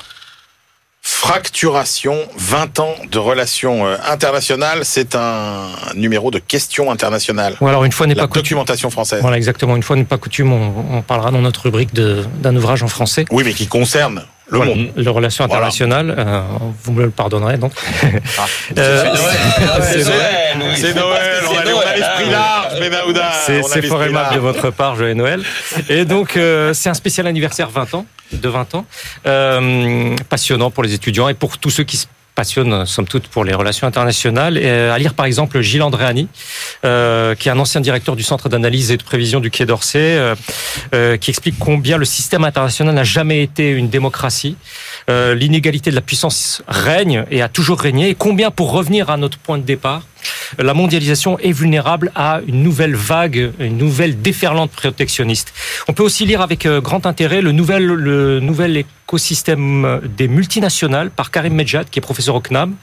Speaker 2: Fracturation, vingt ans de relations internationales, c'est un numéro de questions internationales.
Speaker 7: Ou alors une fois n'est
Speaker 2: La
Speaker 7: pas coutume.
Speaker 2: documentation française.
Speaker 7: Voilà, exactement. Une fois n'est pas coutume, on, on parlera dans notre rubrique de, d'un ouvrage en français.
Speaker 2: Oui, mais qui concerne le
Speaker 7: voilà,
Speaker 2: monde.
Speaker 7: Les relations internationales, voilà. euh, vous me le pardonnerez donc.
Speaker 2: Ah, euh, c'est Noël, c'est Noël, on a, on a l'esprit large, Benahouda.
Speaker 7: C'est, c'est fort aimable de votre part, joyeux Noël. Et donc, euh, c'est un spécial anniversaire vingt ans, de vingt ans, euh, passionnant pour les étudiants et pour tous ceux qui se passionne, somme toute, pour les relations internationales. Et à lire, par exemple, Gilles Andréani, euh, qui est un ancien directeur du Centre d'analyse et de prévision du Quai d'Orsay, euh, euh, qui explique combien le système international n'a jamais été une démocratie. Euh, l'inégalité de la puissance règne et a toujours régné. Et combien, pour revenir à notre point de départ, la mondialisation est vulnérable à une nouvelle vague, une nouvelle déferlante protectionniste. On peut aussi lire avec grand intérêt le nouvel, le nouvel écosystème des multinationales par Karim Medjad, qui est professeur au C N A M,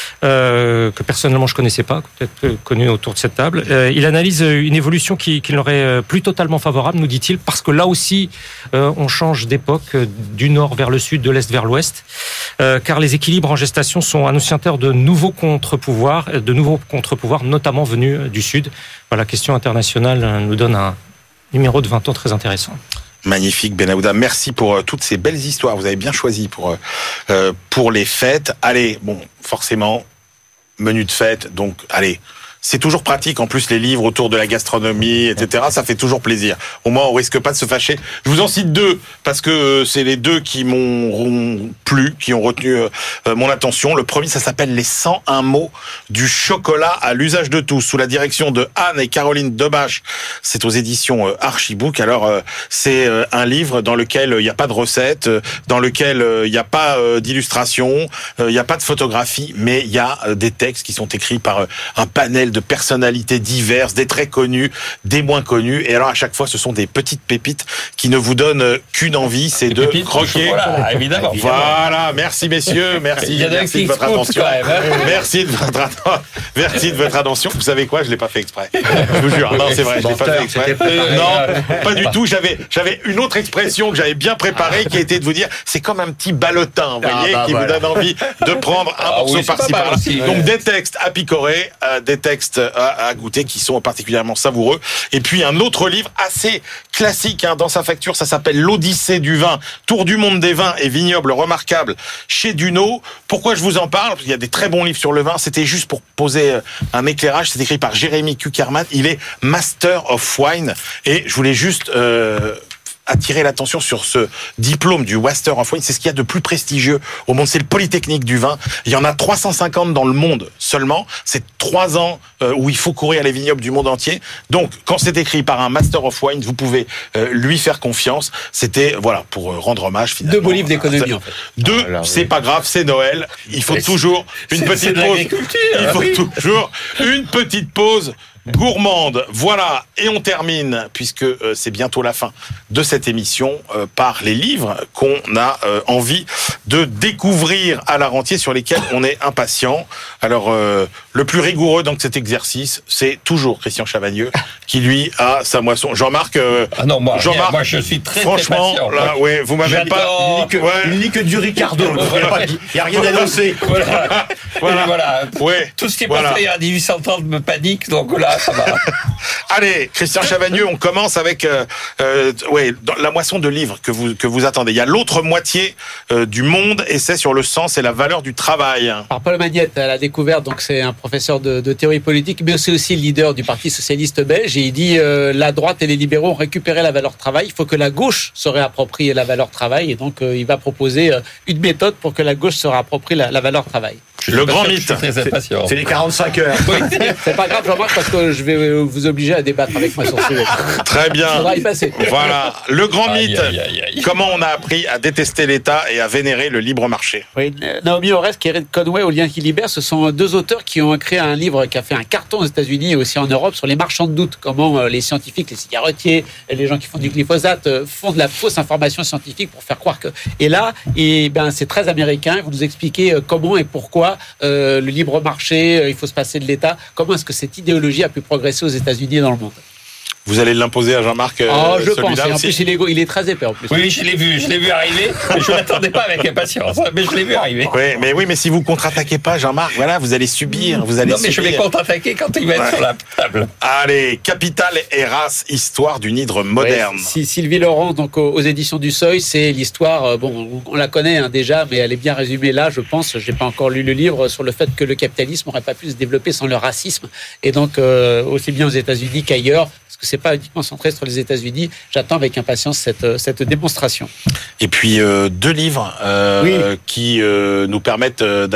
Speaker 7: euh, que personnellement je connaissais pas, peut-être connu autour de cette table. Euh, il analyse une évolution qui, qui n'aurait plus totalement favorable, nous dit-il, parce que là aussi, euh, on change d'époque, du nord vers le sud, de l'est vers l'ouest, euh, car les équilibres en gestation sont annonciateurs de nouveaux contre-pouvoirs, de nouveaux contre-pouvoirs, notamment venus du Sud. Voilà, Question internationale nous donne un numéro de vingt ans très intéressant.
Speaker 2: Magnifique, Ben Aouda. Merci pour euh, toutes ces belles histoires. Vous avez bien choisi pour, euh, pour les fêtes. Allez, bon, forcément, menu de fête, donc allez... C'est toujours pratique, en plus, les livres autour de la gastronomie, et cetera. Ça fait toujours plaisir. Au moins, on risque pas de se fâcher. Je vous en cite deux, parce que c'est les deux qui m'ont plu, qui ont retenu euh, mon attention. Le premier, ça s'appelle « Les cent un mots du chocolat à l'usage de tous », sous la direction de Anne et Caroline Debache. C'est aux éditions euh, Archibook. Alors, euh, c'est euh, un livre dans lequel il n'y a pas de recettes, euh, dans lequel il n'y a pas euh, d'illustration, il n'y a pas de photographie, mais il y a euh, des textes qui sont écrits par euh, un panel de personnalités diverses, des très connus, des moins connus. Et alors, à chaque fois, ce sont des petites pépites qui ne vous donnent qu'une envie, c'est de croquer.
Speaker 5: Voilà, évidemment.
Speaker 2: Voilà, merci messieurs, merci, merci de votre attention. Même, hein. Merci de votre attention. Merci de votre attention. Vous savez quoi, je l'ai pas fait exprès. Je vous jure. Non, c'est vrai, je l'ai pas fait exprès. Non, pas du tout. J'avais, j'avais une autre expression que j'avais bien préparée, qui était de vous dire, c'est comme un petit ballotin, vous voyez, ah bah qui voilà. vous donne envie de prendre un ah, morceau oui, par-ci par-là. Donc des textes à picorer, euh, des textes à, à goûter qui sont particulièrement savoureux. Et puis un autre livre assez classique hein, dans sa facture, ça s'appelle L'Odyssée du vin, Tour du monde des vins et vignobles remarquables chez Duno. Pourquoi je vous en parle? Parce qu'il y a des très bons livres sur le vin. C'était juste pour poser un éclairage. C'est écrit par Jérémy Kuckerman. Il est Master of Wine. Et je voulais juste... Euh, attirer l'attention sur ce diplôme du Master of Wine. C'est ce qu'il y a de plus prestigieux au monde. C'est le Polytechnique du vin. Il y en a trois cent cinquante dans le monde seulement. C'est trois ans euh, où il faut courir les vignobles du monde entier. Donc, quand c'est écrit par un Master of Wine, vous pouvez euh, lui faire confiance. C'était, voilà, pour euh, rendre hommage finalement.
Speaker 4: Deux beaux livres d'économie, en fait.
Speaker 2: Deux, ah, c'est oui. pas grave, c'est Noël. Il faut toujours une petite pause. Il faut oui. toujours une petite pause gourmande. Voilà, et on termine, puisque euh, c'est bientôt la fin de cette émission, euh, par les livres qu'on a euh, envie de découvrir à la rentier, sur lesquels on est impatient. Alors, euh, le plus rigoureux dans cet exercice, c'est toujours Christian Chavagneux, qui lui a sa moisson. Jean-Marc, euh,
Speaker 5: ah non, moi,
Speaker 2: Jean-Marc,
Speaker 5: moi je suis très,
Speaker 2: franchement,
Speaker 5: très patient.
Speaker 2: Là, ouais, vous m'avez pas.
Speaker 3: Il n'y que, ouais. que du Ricardo. Il n'y a rien d'annoncé.
Speaker 5: Voilà. voilà. voilà.
Speaker 2: Ouais.
Speaker 5: Tout ce qui est
Speaker 2: voilà.
Speaker 5: passé à dix-huit cent trente me panique, donc là. Ça va.
Speaker 2: Allez, Christian Chavagneux, on commence avec euh, euh, ouais, dans la moisson de livres que vous que vous attendez. Il y a l'autre moitié euh, du monde, et c'est sur le sens et la valeur du travail.
Speaker 4: Alors Paul Magnette, à la découverte, donc c'est un professeur de, de théorie politique, mais c'est aussi le leader du Parti socialiste belge. Et il dit euh, la droite et les libéraux ont récupéré la valeur travail. Il faut que la gauche se réapproprie la valeur travail, et donc euh, il va proposer euh, une méthode pour que la gauche se réapproprie la, la valeur travail.
Speaker 2: Le grand mythe.
Speaker 3: C'est les quarante-cinq heures.
Speaker 4: Oui, c'est pas grave, Jean-Marc, parce que je vais vous obliger à débattre avec moi sur ce sujet.
Speaker 2: Très bien.
Speaker 4: Il faudra y passer.
Speaker 2: Voilà. Le grand
Speaker 5: aïe,
Speaker 2: mythe.
Speaker 5: Aïe, aïe, aïe.
Speaker 2: Comment on a appris à détester l'État et à vénérer le libre marché.
Speaker 4: Oui, Naomi Oreskes et Eric Conway, au Lien qui libère, ce sont deux auteurs qui ont créé un livre qui a fait un carton aux États-Unis et aussi en Europe sur les marchands de doute. Comment les scientifiques, les cigarettiers, les gens qui font du glyphosate font de la fausse information scientifique pour faire croire que. Et là, et ben, c'est très américain. Vous nous expliquez comment et pourquoi euh, le libre marché, il faut se passer de l'État. Comment est-ce que cette idéologie a pu progresser aux États-Unis et dans le monde?
Speaker 2: Vous allez l'imposer à Jean-Marc euh,
Speaker 4: Oh, je pense. Et en
Speaker 2: aussi.
Speaker 4: plus, il est, il est très épais en plus.
Speaker 5: Oui, je l'ai vu, je l'ai vu arriver. Je ne l'attendais pas avec impatience, mais je l'ai vu arriver.
Speaker 2: Oui, mais oui, mais si vous contre-attaquez pas, Jean-Marc, voilà, vous allez subir, vous allez.
Speaker 5: Non, mais
Speaker 2: subir.
Speaker 5: je vais contre-attaquer quand il va être ouais. sur la table.
Speaker 2: Allez, Capital et race, histoire d'une hydre moderne.
Speaker 4: Ouais, si, Sylvie Laurent, donc aux, aux éditions du Seuil, c'est l'histoire. Bon, on la connaît hein, déjà, mais elle est bien résumée là, je pense. J'ai pas encore lu le livre sur le fait que le capitalisme n'aurait pas pu se développer sans le racisme, et donc euh, aussi bien aux États-Unis qu'ailleurs. Parce que c'est pas uniquement centré sur les États-Unis. J'attends avec impatience cette, cette démonstration.
Speaker 2: Et puis euh, deux livres euh, oui. qui euh, nous permettent euh, d'avoir une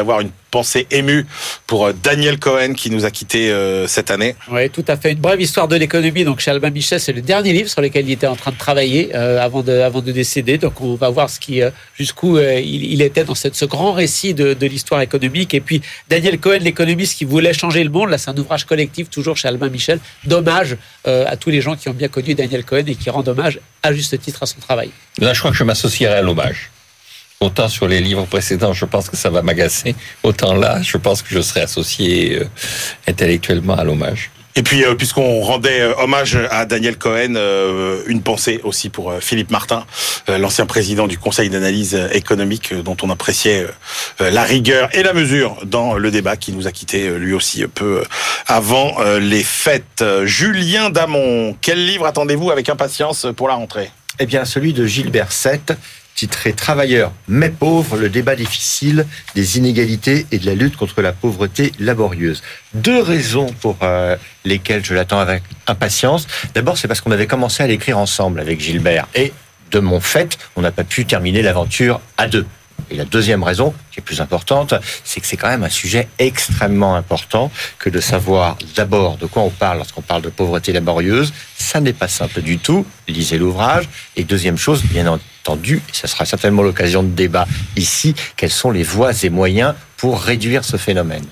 Speaker 2: pensée émue pour Daniel Cohen qui nous a quittés euh, cette année.
Speaker 4: Oui, tout à fait. Une brève histoire de l'économie. Donc, chez Albin Michel, c'est le dernier livre sur lequel il était en train de travailler euh, avant de avant de décéder. Donc, on va voir ce qui euh, jusqu'où euh, il, il était dans cette, ce grand récit de, de l'histoire économique. Et puis, Daniel Cohen, l'économiste qui voulait changer le monde. Là, c'est un ouvrage collectif toujours chez Albin Michel. Dommage euh, à tous les gens qui ont bien connu Daniel Cohen et qui rendent hommage à juste titre à son travail.
Speaker 5: Là, je crois que je m'associerai à l'hommage. Autant sur les livres précédents, je pense que ça va m'agacer. Autant là, je pense que je serai associé euh, intellectuellement à l'hommage.
Speaker 2: Et puis, euh, puisqu'on rendait euh, hommage à Daniel Cohen, euh, une pensée aussi pour euh, Philippe Martin, euh, l'ancien président du Conseil d'analyse économique, euh, dont on appréciait euh, la rigueur et la mesure dans le débat, qui nous a quittés euh, lui aussi peu avant euh, les fêtes. Julien Damon, quel livre attendez-vous avec impatience pour la rentrée ?
Speaker 3: Eh bien, celui de Gilbert Sept, titré « Travailleurs mais pauvres, le débat difficile des inégalités et de la lutte contre la pauvreté laborieuse ». Deux raisons pour euh, lesquelles je l'attends avec impatience. D'abord, c'est parce qu'on avait commencé à l'écrire ensemble avec Gilbert. Et de mon fait, on n'a pas pu terminer l'aventure à deux. Et la deuxième raison, qui est plus importante, c'est que c'est quand même un sujet extrêmement important que de savoir d'abord de quoi on parle lorsqu'on parle de pauvreté laborieuse. Ça n'est pas simple du tout. Lisez l'ouvrage. Et deuxième chose, bien entendu, et ça sera certainement l'occasion de débat ici, quelles sont les voies et moyens pour réduire ce phénomène.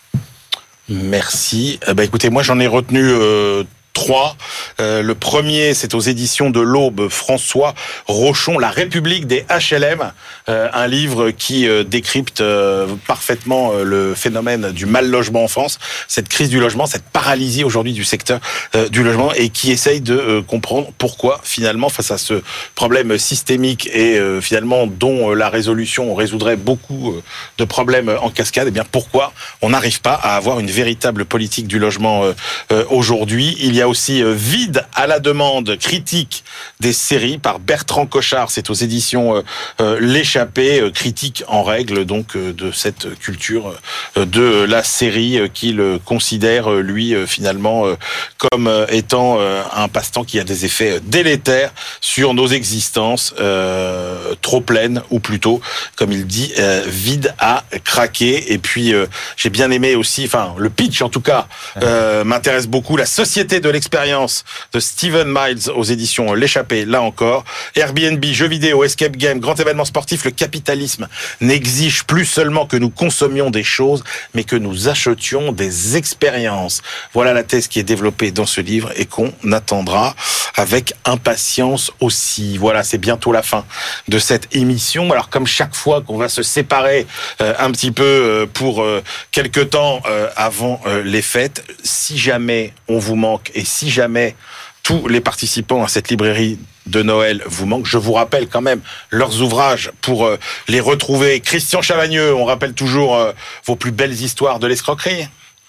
Speaker 2: Merci. Eh ben, écoutez, moi j'en ai retenu euh, trois. Euh, le premier, c'est aux éditions de l'Aube, François Rochon, La République des H L M, euh, un livre qui euh, décrypte euh, parfaitement euh, le phénomène du mal logement en France, cette crise du logement, cette paralysie aujourd'hui du secteur euh, du logement, et qui essaye de euh, comprendre pourquoi finalement, face à ce problème systémique et euh, finalement dont euh, la résolution résoudrait beaucoup euh, de problèmes en cascade, et eh bien pourquoi on n'arrive pas à avoir une véritable politique du logement euh, euh, aujourd'hui. Il y a aussi euh, Vide à la demande, critique des séries par Bertrand Cochard, c'est aux éditions euh, euh, L'échappée, euh, critique en règle donc euh, de cette culture euh, de la série euh, qu'il considère euh, lui euh, finalement euh, comme euh, étant euh, un passe-temps qui a des effets délétères sur nos existences euh, trop pleines, ou plutôt comme il dit euh, vide à craquer. Et puis euh, j'ai bien aimé aussi, enfin le pitch en tout cas euh, m'intéresse beaucoup, La Société de l'expérience de Stephen Miles aux éditions L'échappée, là encore. Airbnb, jeux vidéo, escape game, grand événement sportif, le capitalisme n'exige plus seulement que nous consommions des choses, mais que nous achetions des expériences. Voilà la thèse qui est développée dans ce livre et qu'on attendra avec impatience aussi. Voilà, c'est bientôt la fin de cette émission. Alors comme chaque fois qu'on va se séparer euh, un petit peu euh, pour euh, quelque temps euh, avant euh, les fêtes, si jamais on vous manque et si jamais tous les participants à cette librairie de Noël vous manquent, je vous rappelle quand même leurs ouvrages pour euh, les retrouver. Christian Chavagneux, on rappelle toujours euh, vos plus belles histoires de l'escroquerie.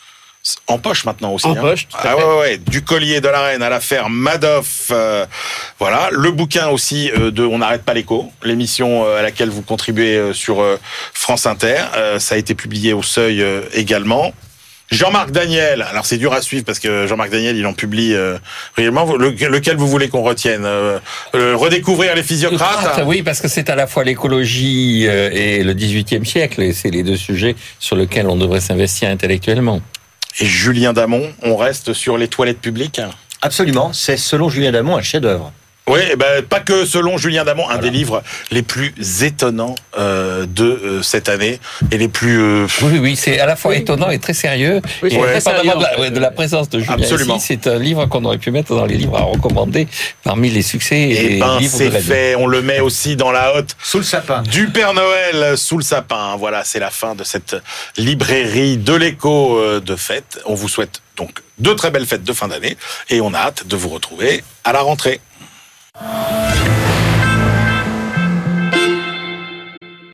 Speaker 2: En poche maintenant aussi.
Speaker 4: En
Speaker 2: hein.
Speaker 4: poche, tout à
Speaker 2: ah
Speaker 4: fait.
Speaker 2: ouais, ouais, du collier de la reine à l'affaire Madoff. Euh, voilà, le bouquin aussi euh, de On n'arrête pas l'écho, l'émission euh, à laquelle vous contribuez euh, sur euh, France Inter. Euh, ça a été publié au Seuil euh, également. Jean-Marc Daniel, alors c'est dur à suivre parce que Jean-Marc Daniel, il en publie euh, régulièrement. Le, lequel vous voulez qu'on retienne euh, euh, Redécouvrir les physiocrates.
Speaker 5: Oui, parce que c'est à la fois l'écologie euh, et le dix-huitième siècle, et c'est les deux sujets sur lesquels on devrait s'investir intellectuellement.
Speaker 2: Et Julien Damon, on reste sur les toilettes publiques.
Speaker 3: Absolument, c'est selon Julien Damon un chef-d'œuvre.
Speaker 2: Oui, eh ben, pas que selon Julien Damon, un voilà. des livres les plus étonnants euh, de euh, cette année et les plus... Euh...
Speaker 5: Oui, oui, c'est à la fois oui. étonnant et très sérieux.
Speaker 4: Oui,
Speaker 5: et
Speaker 4: ouais.
Speaker 5: très sérieux. De, la, ouais, de la présence de Julien
Speaker 2: Absolument.
Speaker 5: ici, c'est un livre qu'on aurait pu mettre dans les livres à recommander parmi les succès et,
Speaker 2: et ben,
Speaker 5: les livres
Speaker 2: c'est
Speaker 5: de la
Speaker 2: fait, on le met aussi dans la hotte.
Speaker 3: Sous le sapin.
Speaker 2: Du Père Noël sous le sapin. Voilà, c'est la fin de cette librairie de l'écho de fête. On vous souhaite donc de très belles fêtes de fin d'année et on a hâte de vous retrouver à la rentrée.